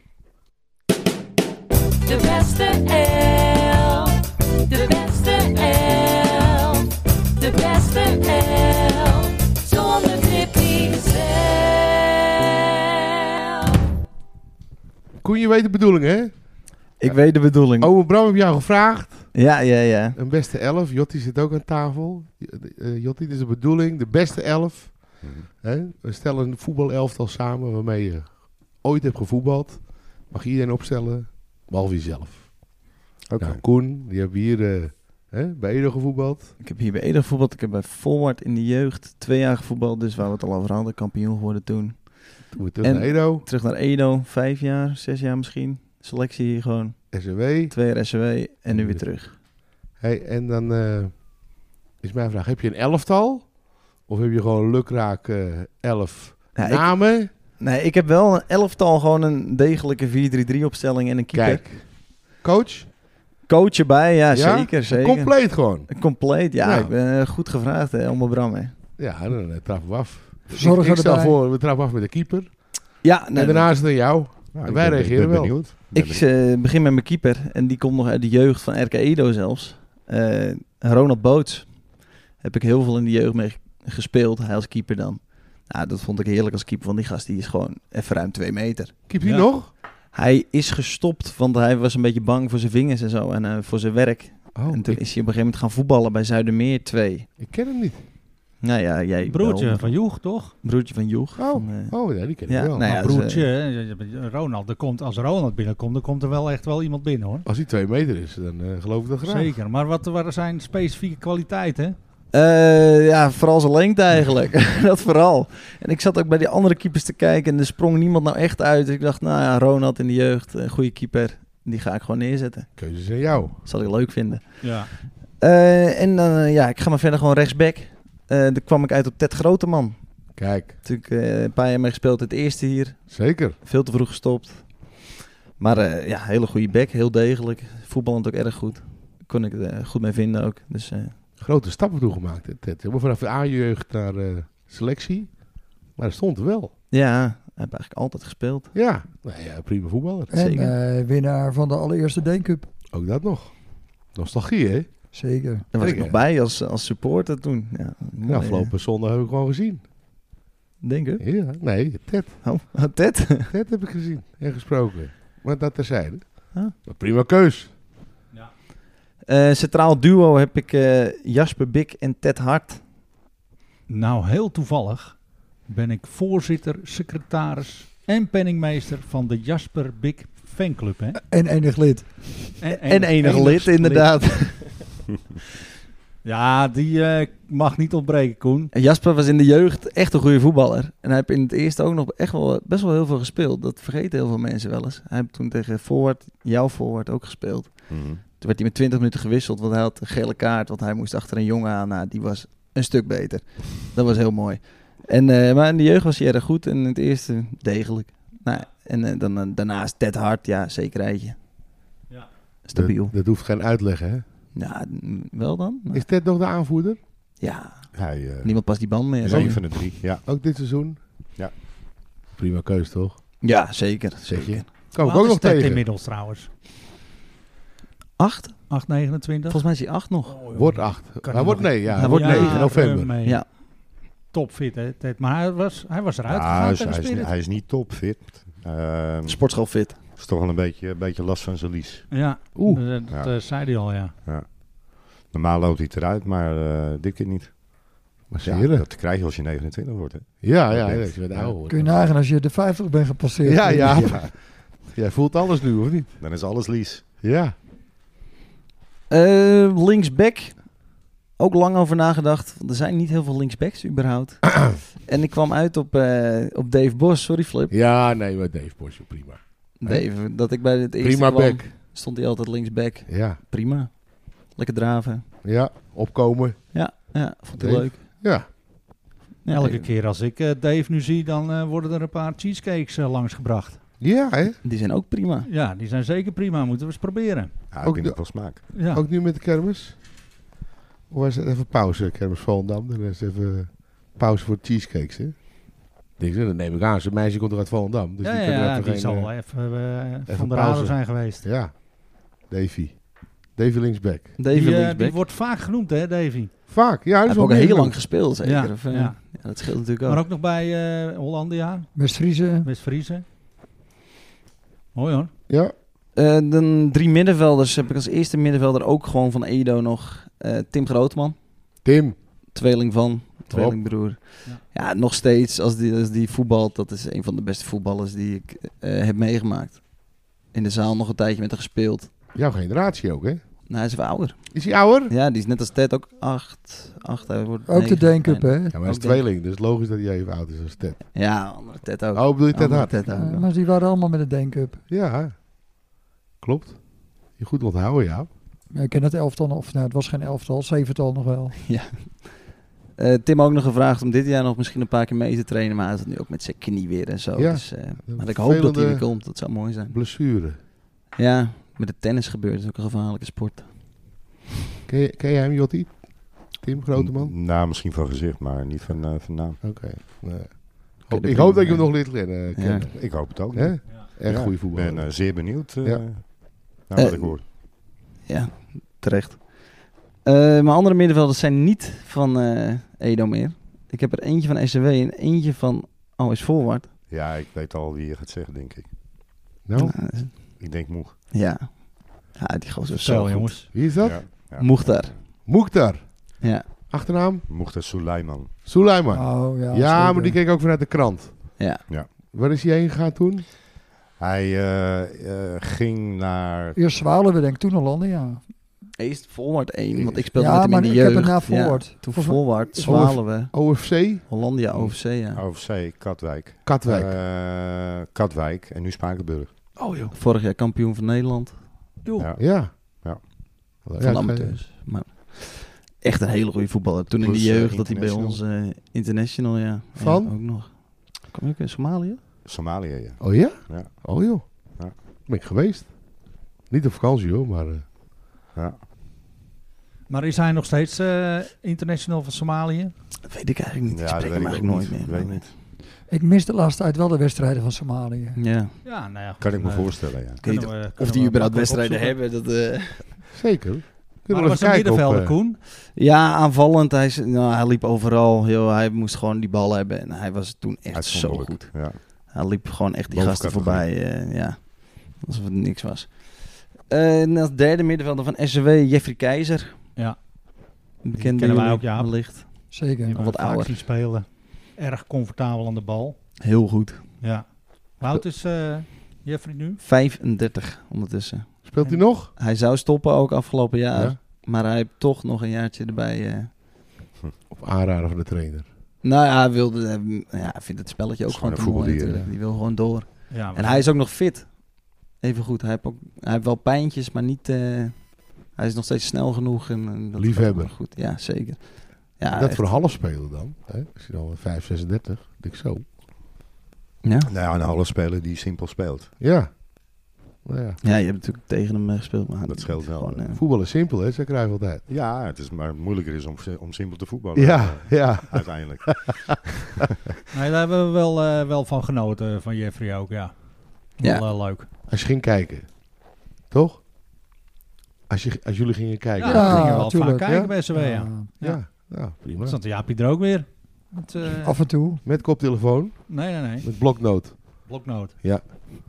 De beste elf. De beste elf. De beste elf. Zonder Tippy zelf. Koen, je weet de bedoeling, hè? Ik weet de bedoeling. Ome Bram heb jou gevraagd. Ja, ja, ja. Een beste elf. Jotti zit ook aan tafel. Uh, Jotti, dit is de bedoeling. De beste elf. Mhm. Hè? We stellen een voetbalelftal samen waarmee je ooit hebt gevoetbald. Mag je iedereen opstellen, behalve jezelf. Oké. Nou, Koen, die hebben hier uh, hè, bij Edo gevoetbald. Ik heb hier bij Ede gevoetbald. Ik heb bij Volwart in de jeugd twee jaar gevoetbald. Dus waar we het al over hadden. Kampioen geworden toen. Toen we terug En- naar Edo. Terug naar Edo. Vijf jaar, zes jaar misschien. Selectie hier gewoon. S W. Twee jaar S W en nu weer terug. Hey, en dan uh, is mijn vraag, heb je een elftal? Of heb je gewoon lukraak uh, elf Ja, ik- namen? Nee, ik heb wel een elftal. Gewoon een degelijke vier drie drie opstelling en een keeper. Kijk, coach, Coach erbij, ja, Ja? zeker, zeker. compleet gewoon. Compleet, ja. Nou. Ik ben uh, goed gevraagd, hè, Elmer Bram, hè. Ja, dan uh, trappen we af. Verzorger ik, ik stel erbij. voor, we trappen af met de keeper. Ja, en daarna is het aan jou. Nou, En ik wij ben- reageren ik ben wel. benieuwd. Ben Ik uh, begin met mijn keeper. En die komt nog uit de jeugd van R K Edo zelfs. Uh, Ronald Boots. Heb ik heel veel in de jeugd mee gespeeld. Hij als keeper dan. Nou, dat vond ik heerlijk als keeper. Want die gast die is gewoon even ruim twee meter. Keep je Ja. nog? Hij is gestopt, want hij was een beetje bang voor zijn vingers en zo. En uh, voor zijn werk. Oh, en toen ik, is hij op een gegeven moment gaan voetballen bij Zuidermeer twee. ik ken hem niet. Nou ja, jij Broertje wel. van Joeg, toch? Broertje van Joeg. Oh, Van, uh, oh ja, die ken ik ja, wel. nou ja, Maar dus, broertje, hè, Ronald, er komt, als Ronald binnenkomt, dan komt er wel echt wel iemand binnen, hoor. Als hij twee meter is, dan uh, geloof ik dat graag. Zeker. Maar wat, wat zijn specifieke kwaliteiten? Uh, ja, vooral zijn lengte eigenlijk. Dat vooral. En ik zat ook bij die andere keepers te kijken en er sprong niemand nou echt uit. Dus ik dacht, nou ja, Ronald in de jeugd, een goede keeper. Die ga ik gewoon neerzetten. Keuzes aan jou. Dat zal ik leuk vinden. Ja. Uh, en dan, uh, ja, ik ga maar verder gewoon rechtsback. daar kwam ik uit op Ted Groteman. Kijk, Natuurlijk uh, een paar jaar mee gespeeld. Het eerste hier. zeker. Veel te vroeg gestopt. Maar uh, ja, hele goede back. Heel degelijk. Voetballend ook erg goed. Kon ik er uh, goed mee vinden ook. Dus, uh, Grote stappen toegemaakt, hè, Ted. Helemaal vanaf de A-jeugd naar uh, selectie. Maar hij stond er wel. ja, hij heeft eigenlijk altijd gespeeld. Ja, nou ja, prima voetballer. En Zeker. uh, winnaar van de allereerste Deencup. Ook dat nog. Nostalgie, hè? Zeker. Daar was Kijk, ik nog hè. bij als, als supporter toen. Ja, De mooi, afgelopen zondag heb ik gewoon gezien. uh, Denk ik. Ja, nee, Ted. Oh, oh, Ted. Ted heb ik gezien en gesproken. Maar dat terzijde. Ah. Maar prima keus. Uh, centraal duo heb ik uh, Jasper Bik en Ted Hart. Nou, heel toevallig ben ik voorzitter, secretaris en penningmeester van de Jasper Bik fanclub. Hè? En enig lid. En, En enig lid, inderdaad. Ja, die uh, mag niet ontbreken, Koen. En Jasper was in de jeugd echt een goede voetballer. En hij heeft in het eerste ook nog echt wel best wel heel veel gespeeld. Dat vergeten heel veel mensen wel eens. Hij heeft toen tegen Forward, jouw Forward, ook gespeeld. Mhm. Toen werd hij met twintig minuten gewisseld, want hij had een gele kaart. Want hij moest achter een jongen aan. Nou, die was een stuk beter. Dat was heel mooi. En, uh, maar in de jeugd was hij erg goed. En in het eerste degelijk. Nou, en uh, dan, uh, daarnaast Ted Hart, ja, zekerheidje. Ja. Stabiel. Dat, dat hoeft geen uitleg, hè? Ja, n- wel dan? Nou, Is Ted nog de aanvoerder? ja, Hij uh, niemand past die band meer. is een van de drie. Ja. Ook dit seizoen? Ja. Prima keus, toch? Ja, zeker. Zeg je? zeker. Kan ik Wat ook is nog Ted tegen. inmiddels trouwens? Acht? acht negenentwintig. Volgens mij is hij acht nog. Wordt acht. Kan hij hij wordt nog- nee, ja. Hij Hij wordt wordt negen negen november. Mee. Ja. Topfit, hè, Ted. Maar hij was, hij was eruit Ja, gegaan hij, is, tegen hij, is, Spirit. niet- hij is niet topfit. Ehm Sportschool fit. is toch wel een beetje, een beetje last van zijn lies. Ja, Oeh. dat, dat Ja. uh, zei hij al, ja. Normaal loopt hij het eruit, maar uh, dit keer niet. Maar Ja, zie je dat krijg je als je negenentwintig wordt. Hè. Ja, ja, Dat ja, denk als je ik. met ouder wordt. Kun je nagaan als je de vijftig bent gepasseerd. Ja, ja. Ja, Jij voelt alles nu, of niet? dan is alles lies. Ja. Uh, linksback. Ook lang over nagedacht. Want er zijn niet heel veel linksbacks überhaupt. En ik kwam uit op, uh, op Dave Bos. Sorry Flip. Ja, nee, maar Dave Bosje, prima. Dave, dat ik bij het eerste Prima kwam, back. stond hij altijd linksback. Ja. Prima. Lekker draven. Ja, opkomen. Ja, ja vond hij Dave. leuk. Ja. Ja, Elke Dave. keer als ik uh, Dave nu zie, dan uh, worden er een paar cheesecakes uh, langsgebracht. Ja, hè? Die zijn ook prima. Ja, die zijn zeker prima. Moeten we eens proberen. Ja, Ook ik vind de- het wel smaak. Ja. Ook nu met de kermis? Of was het even pauze, kermis Volendam? Dan is het even pauze voor cheesecakes, hè? Denk je, dat neem ik aan. Zijn meisje komt er uit Volendam. Dus ja, die ja, kan er ja, even die geen, zal eh, wel even, uh, even van de pauze. radar zijn geweest. Ja. Davy. Davy linksback. Davy Die, uh, linksback. die wordt vaak genoemd, hè, Davy. Vaak. Ja, Hij dat heeft is ook wel heel meer lang gespeeld, zeker. Ja, Of, uh, ja. ja, dat scheelt natuurlijk ook. Maar ook nog bij uh, Hollandia, West-Friese. West-Friese. Mooi hoor. Ja. Uh, dan drie middenvelders heb ik als eerste middenvelder ook gewoon van Edo nog uh, Tim Grootman. Tim. Tweeling van, tweelingbroer. Ja. Ja, nog steeds als die, als die voetbalt, dat is een van de beste voetballers die ik uh, heb meegemaakt. In de zaal nog een tijdje met hem gespeeld. Jouw generatie ook, hè? Nou, hij is wel ouder. Is hij ouder? Ja, die is net als Ted ook acht. acht hij wordt Ook de negen. Deencup, hè? Ja, maar hij is Ook tweeling. Dus logisch dat hij even oud is als Ted. Ja, andere Ted ook. Oh, bedoel je Ted Andere Hart? Ted ook. Ja, maar die waren allemaal met de Deencup. Ja. Klopt. Je goed onthouden, ja. Ja, ik ken het elftal nog, of nou, het was geen elftal, zevental nog wel. Uh, Tim ook nog gevraagd om dit jaar nog misschien een paar keer mee te trainen. Maar hij is het nu ook met zijn knie weer en zo. Ja, Dus, uh, maar ik hoop dat hij weer vervelende- komt. Dat zou mooi zijn. Blessure. Ja, met de tennis gebeurt. Dat is ook een gevaarlijke sport. Ken je, ken je hem, Jotti? Tim, grote man? N- Nou, misschien van gezicht, maar niet van, uh, van naam. Oké. Nee. Oké, ik dat hoop dat prima. je hem nog leert kennen. Ja. kennen. Ik hoop het ook. Hè? niet. Echt Ja, goede Ik voetballer. ben uh, zeer benieuwd uh, Ja. naar wat Eh, ik hoor. Ja, terecht. Uh, mijn andere middenvelders zijn niet van uh, Edo meer. Ik heb er eentje van S C W en eentje van O S Forward. Ja, ik weet al wie je gaat zeggen, denk ik. Nou, Uh, Ik denk Moeg. ja. Ja, die gozer is zo Zo goed. jongens. wie is dat? Ja, ja. Mukhtar. Mukhtar. Mukhtar. Ja. Achternaam? Mukhtar Suleiman. Suleiman. Oh, ja, ja, zeker. maar die keek ik ook vanuit de krant. Ja. Ja. Waar is hij heen gegaan toen? Hij uh, uh, ging naar... Eerst Zwaluwe, denk ik, toen Hollandia. Eerst Forward één, want ik speelde Ja, met hem maar in de ik heb jeugd. het na Forward. Ja, toen Volgens- Forward, Zwaluwe, O F C? Hollandia, O F C, ja. O F C Katwijk. Katwijk. Uh, Katwijk en nu Spakenburg. oh joh. Vorig jaar kampioen van Nederland. Ja. Ja. Ja. Van de amateurs. Maar, echt een hele goede voetballer. Toen in de Plus, eh, jeugd dat hij bij ons international. eh, international, ja. Van? Ja, ook nog. Kom je ook in Somalië? Somalië, ja. Oh ja? Ja. Oh joh. Ja. Ben ik geweest. Niet op vakantie hoor, maar... eh, ja. Maar is hij nog steeds eh, international van Somalië? Dat weet ik eigenlijk niet. Ja, ik dat spreek weet hem ik eigenlijk ook nooit niet. meer. Weet ik niet. Ik mis de laatste tijd wel de wedstrijden van Somalië. Ja. Ja, nou ja. Kan ik me eh, voorstellen, ja. Ik weet niet kunnen we- of kunnen die we überhaupt makkelijk wedstrijden opzoeken. hebben. Dat, eh, zeker. Maar Kunnen dat we was even een kijken op, middenvelder, eh, Koen. Ja, aanvallend. Hij, is- nou, hij liep overal. Joh, hij moest gewoon die bal hebben. En hij was toen echt zo Uitzonderlijk. goed. Ja. Hij liep gewoon echt die Boven gasten categorie. voorbij. eh, ja, alsof het niks was. Eh, en als derde middenvelder van S C W, Jeffrey Keizer. Ja. Bekende kennen wij jongen, ook, Jaap. wellicht. Zeker. Die wat wat ouder. ouder. zien spelen. Erg comfortabel aan de bal. Heel goed. Ja. Hoe oud is eh, Jeffrey nu? vijfendertig ondertussen. Speelt hij nog? Hij zou stoppen ook afgelopen jaar. Ja. Maar hij heeft toch nog een jaartje erbij. eh. Op aanraden van de trainer. Nou ja, hij, wilde, eh, ja, hij vindt het spelletje ook Is gewoon te gewoon een mooi voetbaldier, natuurlijk. Die wil gewoon door. Ja, En hij is ook nog fit. Even goed. Hij heeft, ook, hij heeft wel pijntjes, maar niet... eh, hij is nog steeds snel genoeg. En, en dat Liefhebber. gaat goed. Ja, zeker. Ja, dat echt. voor half spelen dan. Hè? Als je dan vijf, zesendertig. Denk ik zo. Ja. Nou ja, een halve speler die simpel speelt. Ja. Nou ja. ja, je hebt natuurlijk tegen hem eh, gespeeld. Maar Dat scheelt wel, Gewoon, eh, Voetbal is simpel, hè? Ze krijgen altijd. Ja, het is maar moeilijker is om, om simpel te voetballen. Ja, eh, ja. Uiteindelijk. Nee, daar hebben we wel, eh, wel van genoten, van Jeffrey ook, ja. Ja. Wel eh, leuk. Als je ging kijken. Toch? Als, je, als jullie gingen kijken. Ja, Ja, we gingen wel tuurlijk, vaak kijken ja. bij S C W, ja. Ja. Ja, nou, prima. Stond Jaapie er ook weer? Met, eh, Af en toe. Met koptelefoon, nee, nee, nee. met bloknoot. Bloknoot. Ja.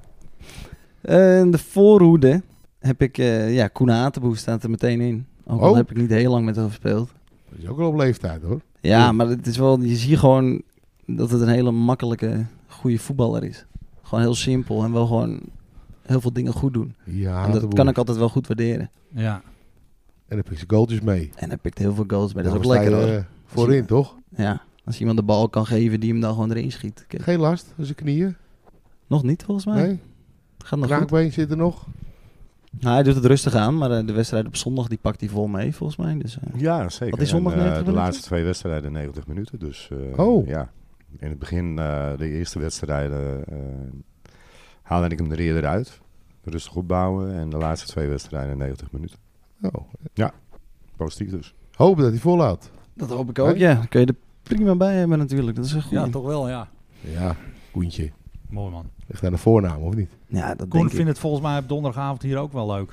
eh, de voorhoede heb ik... eh, ja, Koen Hatenboe staat er meteen in. Ook al Oh. heb ik niet heel lang met hem gespeeld. Dat is ook al op leeftijd hoor. Ja, Ja. maar het is wel... Je ziet gewoon dat het een hele makkelijke, goede voetballer is. Gewoon heel simpel en wel gewoon heel veel dingen goed doen. Ja, en dat de boer. kan ik altijd wel goed waarderen. Ja. En dan pik je goaltjes mee. En hij pikt heel veel goals mee. Dat is ook Dan sta je, lekker hoor. eh, voorin, toch? Ja, als iemand de bal kan geven die hem dan gewoon erin schiet. Kijk, Geen last van zijn knieën? nog niet volgens mij. Nee? Gaat nog goed. Kraakbeen zit er nog? Nou, hij doet het rustig aan, maar eh, de wedstrijd op zondag die pakt hij vol mee volgens mij. Dus, eh, Ja, zeker. Wat is zondag En, eh, negentig de minuten? laatste twee wedstrijden negentig minuten. Dus eh, Oh. ja, in het begin, eh, de eerste wedstrijden, eh haalde ik hem er eerder uit. Rustig opbouwen. En de laatste twee wedstrijden negentig minuten. Oh. Positief dus. Hopen dat hij volhoudt. dat hoop ik ook. Nee? Ja, dan kun je er prima bij hebben natuurlijk. Dat is een goeie. Ja, toch wel, ja. Ja, Koentje. Mooi man. Ligt aan de voornaam, of niet? Ja, dat Koen denk vindt ik. het volgens mij op donderdagavond hier ook wel leuk.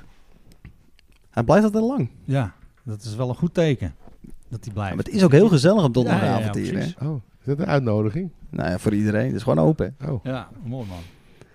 Hij blijft altijd lang. Ja, dat is wel een goed teken. Dat hij Ja, blijft. maar het is ook heel gezellig op donderdagavond Ja, ja, ja, hier. Hè? precies. Oh, is dat een uitnodiging? Nou ja, voor iedereen. Het is gewoon open. Oh, Ja, mooi man.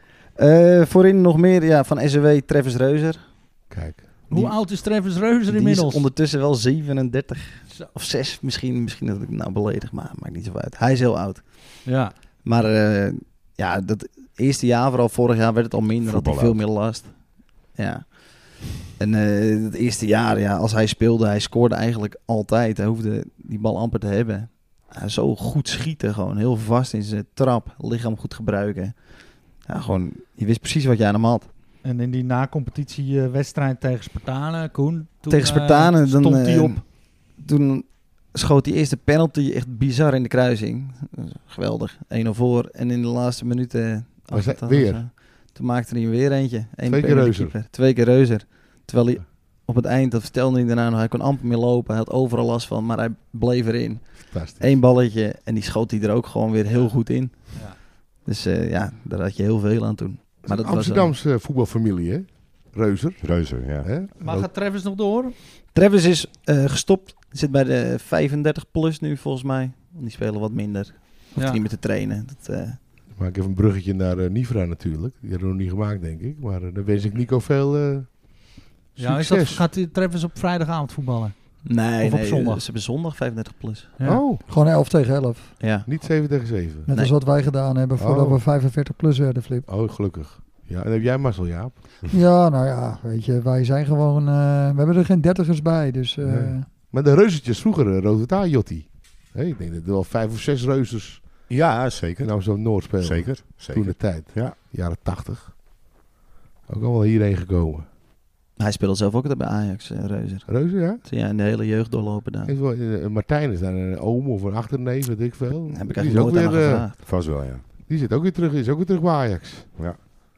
Eh, voorin nog meer ja, van S C W, Travis Reuser. kijk. Hoe Die- oud is Travis Reuser Die inmiddels? is ondertussen wel zevenendertig. Zo. Of zes misschien. Misschien dat ik het nou beledig, maar maakt niet zo uit. Hij is heel oud. Ja, Maar eh, ja, dat eerste jaar, vooral vorig jaar, werd het al minder. Had hij Voetbal veel meer last. Ja. En eh, het eerste jaar, ja, als hij speelde, hij scoorde eigenlijk altijd. Hij hoefde die bal amper te hebben. Hij zo goed schieten, gewoon heel vast in zijn trap, lichaam goed gebruiken. Ja, gewoon, je wist precies wat je aan hem had. en in die na-competitie eh, wedstrijd tegen Spartanen, Koen. Toen, Tegen eh, Spartanen, dan, stond hij eh, op. Toen schoot die eerste penalty echt bizar in de kruising. Geweldig, één nul voor. En in de laatste minuten... Was hij- achtentachtig weer? of zo, toen maakte hij hem weer eentje. Eén Twee per keer de Reuser. keeper. Twee keer Reuser. Terwijl hij op het eind, dat vertelde hij daarna nog, hij kon amper meer lopen. Hij had overal last van, maar hij bleef erin. Fantastisch. Eén balletje en die schoot hij er ook gewoon weer heel goed in. Ja. Dus eh, ja, daar had je heel veel aan toen. Maar dat was Amsterdamse voetbalfamilie, hè? Reuzer. Reuzer, ja. Hè? Maar gaat Travis nog door? Travis is eh, gestopt. Zit bij de vijfendertig plus nu volgens mij. Die spelen wat minder. Hoeft Ja. niet meer te trainen. Dat, eh, Ik maak even een bruggetje naar eh, Nivra natuurlijk. Die hebben we nog niet gemaakt, denk ik. Maar eh, dan wens ik Nico veel eh, Ja, is dat, succes. gaat die Travis op vrijdagavond voetballen? nee, Of op nee, zondag? Ze hebben zondag vijfendertig plus. Ja. Oh, Gewoon elf tegen elf. Ja. niet zeven tegen zeven. Net Nee. als wat wij gedaan hebben voordat Oh. we vijfenveertig plus werden, Flip. Oh, gelukkig. Ja, en dan heb jij mazzel, Jaap. Ja, nou ja, weet je, wij zijn gewoon... eh, we hebben er geen dertigers bij, dus... eh, Nee. Maar de reuzetjes vroeger, uh, Rototaal Jotti. Hey, ik denk dat er wel vijf of zes reuzers Ja, zeker. nou zo'n Noord spelen. Zeker, Toen zeker. de tijd. Ja. Jaren tachtig. Ook allemaal hierheen gekomen. Hij speelde zelf ook bij Ajax, uh, Reuzer. Reuze, ja? Ja, in de hele jeugd doorlopen daar. Is wel, uh, Martijn is daar een oom of een achterneef, weet ik veel. Heb ik Die is eigenlijk ook nooit aan weer, hem uh, gevraagd. Vast wel, ja. Die zit ook weer terug, is ook weer terug bij Ajax. Ja.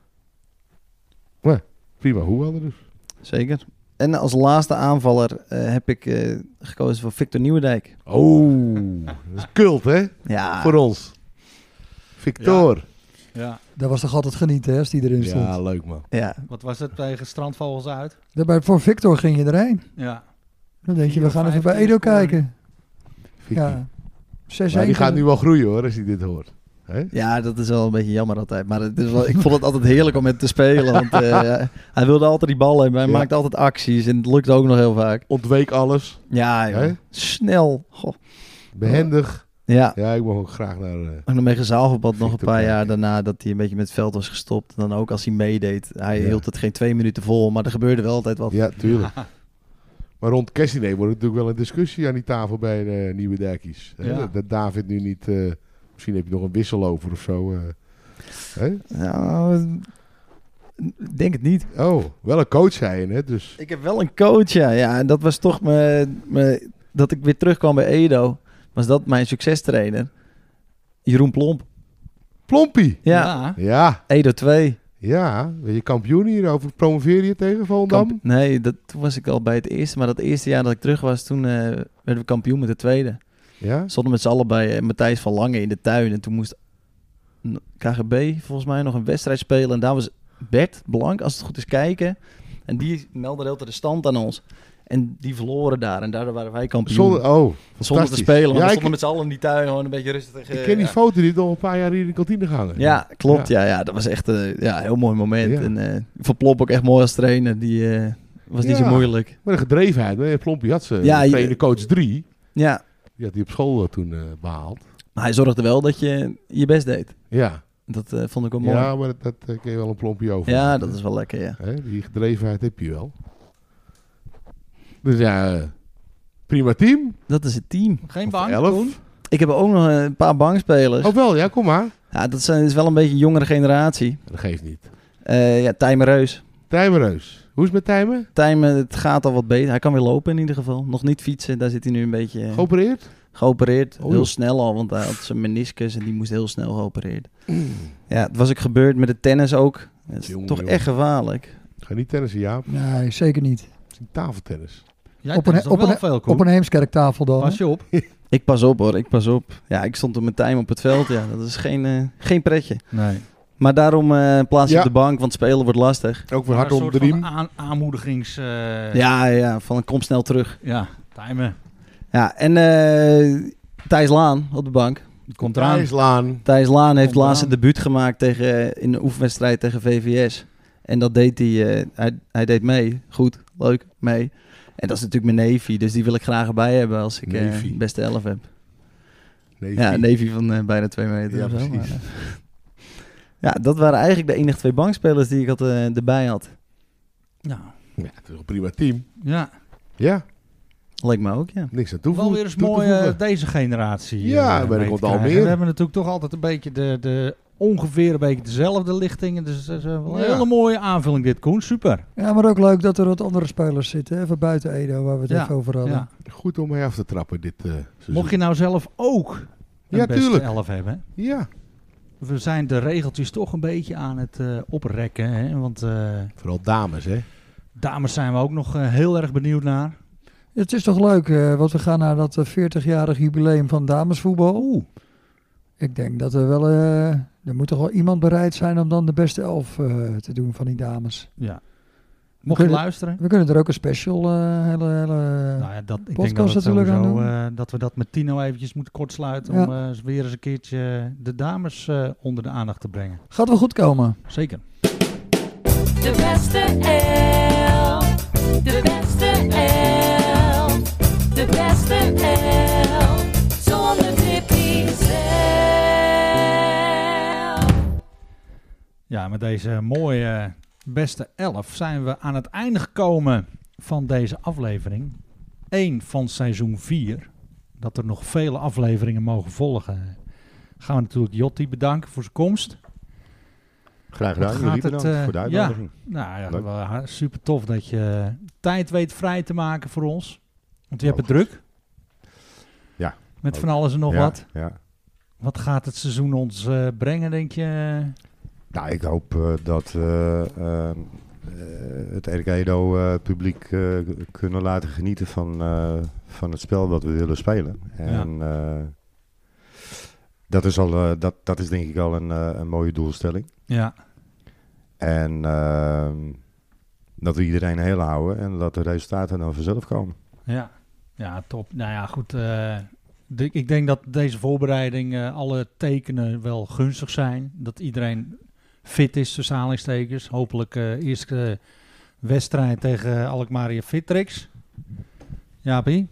Maar, prima hoe dus. Zeker. En als laatste aanvaller uh, heb ik uh, gekozen voor Victor Nieuwendijk. Oh, dat is cult, hè? Ja, Voor ons. Victor. Ja. Dat was toch altijd genieten, hè, als die erin stond. Ja, leuk man. ja. Wat was het tegen Strandvogels uit? Daarbij, voor Victor ging je erheen. Ja. Dan denk je, we gaan even vijftien bij Edo scoren. kijken. Victor. Ja. zes Maar die gaat nu wel groeien hoor, als hij dit hoort. Hè? ja, dat is wel een beetje jammer altijd. Maar het is wel, ik vond het altijd heerlijk om met te spelen. Want uh, hij wilde altijd die bal hebben. Hij Ja. maakte altijd acties. En het lukte ook nog heel vaak. Ontweek alles. Ja, joh. Hè? Snel. Goh. Behendig. Ja. Ja, ik mag ook graag naar... Uh, Ook nog met gezaalverband nog een Victor paar kijken. jaar daarna dat hij een beetje met het veld was gestopt. Dan ook als hij meedeed. Hij Ja. hield het geen twee minuten vol. Maar er gebeurde wel altijd wat. ja, tuurlijk. Maar rond Kessine wordt het natuurlijk wel een discussie aan die tafel bij de Nieuwe Dijkies. Hè? Ja. Dat, dat David nu niet... Uh, misschien heb je nog een wissel over of zo. Uh, hè? Nou, ik denk het niet. Oh, wel een coach zei je net, dus... Ik heb wel een coach, ja. ja en dat was toch mijn, mijn... Dat ik weer terugkwam bij Edo. Was dat mijn succestrainer. Jeroen Plomp. Plompie! Ja. Ja, Edo twee. ja. Ben je kampioen hier? Over promoveer je tegen Volendam? Kamp- nee, dat, toen was ik al bij het eerste. Maar dat eerste jaar dat ik terug was, toen uh, werden we kampioen met de tweede. Ja? Stonden met z'n allen bij uh, Matthijs van Lange in de tuin. En toen moest K G B volgens mij nog een wedstrijd spelen. En daar was Bert Blank, als het goed is, kijken. En die meldde de hele tijd de stand aan ons. En die verloren daar. En daardoor waren wij kampioen. Zonder, oh, Zonder te fantastisch. spelen. Maar Ja, we ik, stonden met z'n allen in die tuin gewoon een beetje rustig. ik uh, ken die ja. foto, die heeft nog een paar jaar hier in de kantine gehangen. Ja, klopt. Ja. Ja, dat was echt uh, ja, een heel mooi moment. Ja. En uh, Van Plop ook echt mooi als trainer. Die uh, was niet Ja. zo moeilijk. Maar de gedrevenheid. Hè? Plompie had ze. Ja, Ja, je- trainer coach drie. Ja, Die had hij op school uh, toen uh, behaald. maar hij zorgde wel dat je je best deed. Ja, Dat uh, vond ik wel mooi. ja maar dat, dat uh, ken je wel een plompje over. Ja, dat is wel lekker, ja. Hè? Die gedrevenheid heb je wel. Dus ja, uh, prima team. Dat is het team. Geen Of bang, elf. Koen? Ik heb ook nog een paar bankspelers. Oh wel, ja, kom maar. Ja, dat zijn- is wel een beetje een jongere generatie. Dat geeft niet. Uh, ja, Tijmen Reus. Tijmenreus. Hoe is het met Tijmen? Tijmen, het gaat al wat beter. Hij kan weer lopen in ieder geval. Nog niet fietsen, daar zit hij nu een beetje uh, Geopereerd? geopereerd. Oh, heel joh. snel al, want hij had zijn meniscus en die moest heel snel geopereerd. Ja, het was ook gebeurd met het tennis ook. Het is Jongen, toch jongen. echt gevaarlijk. Ga niet tennissen, Jaap. Nee, zeker niet. Het is een tafeltennis. Jij Op een- tennis nog op wel een- veel, Koen. Op een Heemskerktafel dan. Pas je op. Ik pas op hoor, ik pas op. Ja, ik stond op mijn time op het veld. Ja, dat is geen, uh, geen pretje. Nee. Maar daarom uh, plaats je Ja. op de bank, want spelen wordt lastig. Ook weer Maar hard een om de soort riem. van aan, aanmoedigings... uh, Ja, ja, van kom snel terug. Ja, timen. Ja, en uh, Thijs Laan op de bank. Het komt eraan. IJslaan. Thijs Laan heeft Komt laatst een eraan. debuut gemaakt tegen, in een oefenwedstrijd tegen V V S. En dat deed hij, uh, hij, hij deed mee. Goed, leuk, mee. En dat is natuurlijk mijn neefie, dus die wil ik graag erbij hebben als ik uh, Neefie. de beste elf heb. Nee, Ja, vier. een neefie van uh, bijna twee meter Ja, of zo. precies. Maar, uh, ja, dat waren eigenlijk de enige twee bankspelers die ik had, uh, erbij had. Ja. Ja, het is een prima team. Ja. Ja, Leek me ook, ja. niks aan Wel toevoegen. weer eens toe te mooi uh, voegen. deze generatie. Ja, uh, ben ik mee op te de krijgen. Almere. We hebben natuurlijk toch altijd een beetje de, de ongeveer een beetje dezelfde lichtingen. Dus dat is uh, wel een Ja. hele mooie aanvulling dit, Koen. Super. Ja, maar ook leuk dat er wat andere spelers zitten. Hè, van buiten Edo, waar we het Ja, even over hadden. Ja. Goed om mee af te trappen dit uh, seizoen. Mocht je nou zelf ook een Ja, beste tuurlijk. elf hebben. Ja, We zijn de regeltjes toch een beetje aan het uh, oprekken. Hè? Want uh, vooral dames, hè. dames zijn we ook nog uh, heel erg benieuwd naar. Het is toch leuk, eh, want we gaan naar dat uh, veertigjarig jubileum van damesvoetbal. Oeh. Ik denk dat er wel... Uh, er moet toch wel iemand bereid zijn om dan de beste elf uh, te doen van die dames. Ja. Mocht je kunnen- luisteren. We kunnen er ook een special uh, hele... hele Nou ja, dat, ik denk podcast dat, het natuurlijk aan sowieso, doen. uh, dat we dat met Tino eventjes moeten kortsluiten. Ja. Om uh, weer eens een keertje de dames uh, onder de aandacht te brengen. Gaat wel goed komen. Zeker. De beste elf. De beste elf. De beste elf. Zonder Tippy zelf. Ja, met deze mooie beste elf zijn we aan het einde gekomen van deze aflevering. Eén van seizoen vier. Dat er nog vele afleveringen mogen volgen. Gaan we natuurlijk Jotti bedanken voor zijn komst. Graag gedaan. Wat Jullie gaat het, bedankt eh, voor de uitnodiging. Nou ja, Leuk. wel, ha- super tof dat je tijd weet vrij te maken voor ons. Want je hebt het Oh. druk. Ja. Met Ook. van alles en nog ja, wat. Ja. Wat gaat het seizoen ons eh, brengen, denk je? Nou, ik hoop uh, dat uh, uh, het R K Edo uh, publiek uh, kunnen laten genieten van, uh, van het spel dat we willen spelen. En ja. uh, dat, is al, uh, dat, dat is denk ik al een, uh, een mooie doelstelling. Ja. En uh, dat we iedereen heel houden en dat de resultaten dan vanzelf komen. Ja, ja top. Nou ja, goed. Uh, de, ik denk dat deze voorbereiding, uh, alle tekenen wel gunstig zijn. Dat iedereen fit is, tussen aanhalingstekens. Hopelijk uh, eerste wedstrijd tegen Alkmaar Fittrix. Jaapie?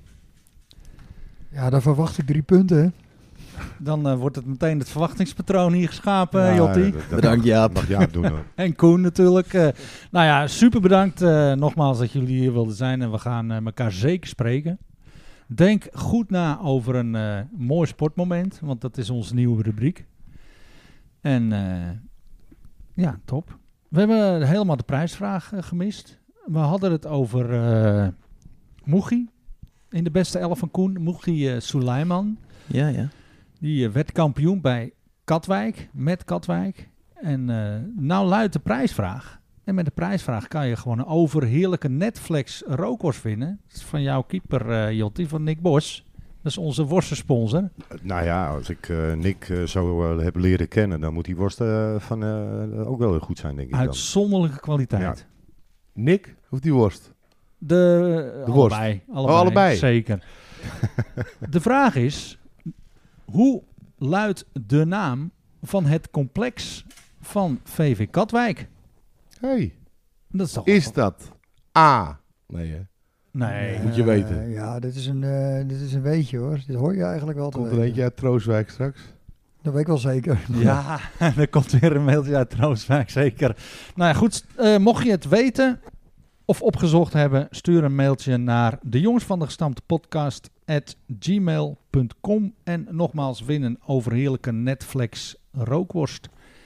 Ja, daar verwacht ik drie punten. Hè. Dan uh, wordt het meteen het verwachtingspatroon hier geschapen, Ja, Jotti. dat- dat Bedankt, mag- Jaap. Mag Jaap doen hoor. En Koen natuurlijk. Uh, nou ja, super bedankt uh, nogmaals dat jullie hier wilden zijn. En we gaan uh, elkaar zeker spreken. Denk goed na over een uh, mooi sportmoment. Want dat is onze nieuwe rubriek. En uh, ja, top. We hebben helemaal de prijsvraag uh, gemist. We hadden het over uh, Moegie. In de beste elf van Koen. Moegie uh, Suleiman. Ja, ja. Die uh, werd kampioen bij Katwijk, met Katwijk. En uh, nou luidt de prijsvraag. En met de prijsvraag kan je gewoon een overheerlijke Netflix rookworst winnen. Dat is van jouw keeper, uh, Jotti, van Nick Bos. Dat is onze worstensponsor. Nou ja, als ik uh, Nick uh, zo uh, heb leren kennen, dan moet die worst uh, van, uh, ook wel goed zijn, denk ik dan. Uitzonderlijke kwaliteit. Nick of die worst? De, De worst. allebei, allebei. Oh, allebei. Zeker. De vraag is, hoe luidt de naam van het complex van V V Katwijk? Hey, Dat is toch is dat A? Nee, hè? Nee. Moet je weten. Uh, ja, dit is, een, uh, dit is een weetje hoor. Dit hoor je eigenlijk wel te Komt er weten. eentje uit Troostwijk straks? Dat weet ik wel zeker. Ja, er komt weer een mailtje uit Troostwijk, zeker. Nou ja, goed. Uh, mocht je het weten of opgezocht hebben, stuur een mailtje naar de jongens van de gestampte podcast at gmail punt com. En nogmaals, win een overheerlijke Netflix rookworst.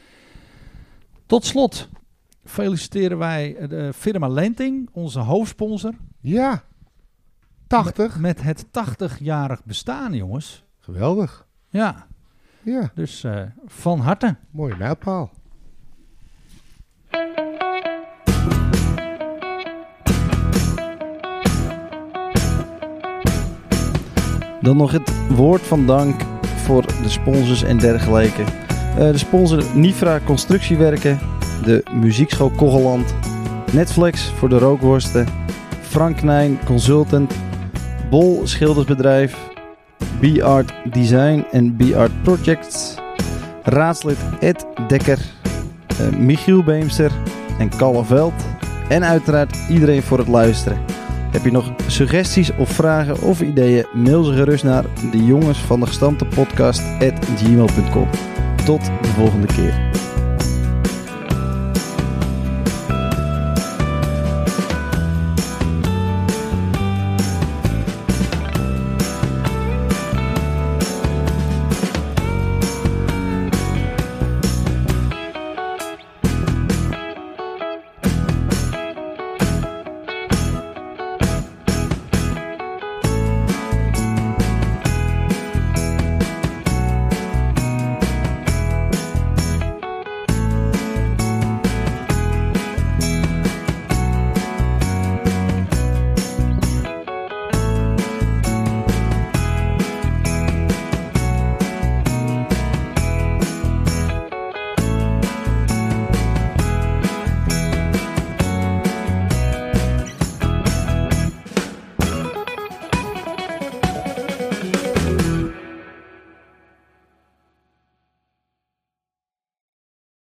Tot slot feliciteren wij de firma Lenting, onze hoofdsponsor. Ja, tachtig. Met, met het tachtigjarig bestaan, jongens. Geweldig. Ja, Ja, dus uh, van harte. mooie mijlpaal. Dan nog het woord van dank voor de sponsors en dergelijke. Uh, de sponsor Nifra Constructiewerken, de Muziekschool Kogeland, Netflix voor de rookworsten, Frank Nijn Consultant, Bol Schildersbedrijf, B-Art Design en B-Art Projects, raadslid Ed Dekker, uh, Michiel Beemster en Kalle Veld. En uiteraard iedereen voor het luisteren. Heb je nog suggesties of vragen of ideeën, mail ze gerust naar de jongens van de gestampte podcast at gmail punt com. Tot de volgende keer.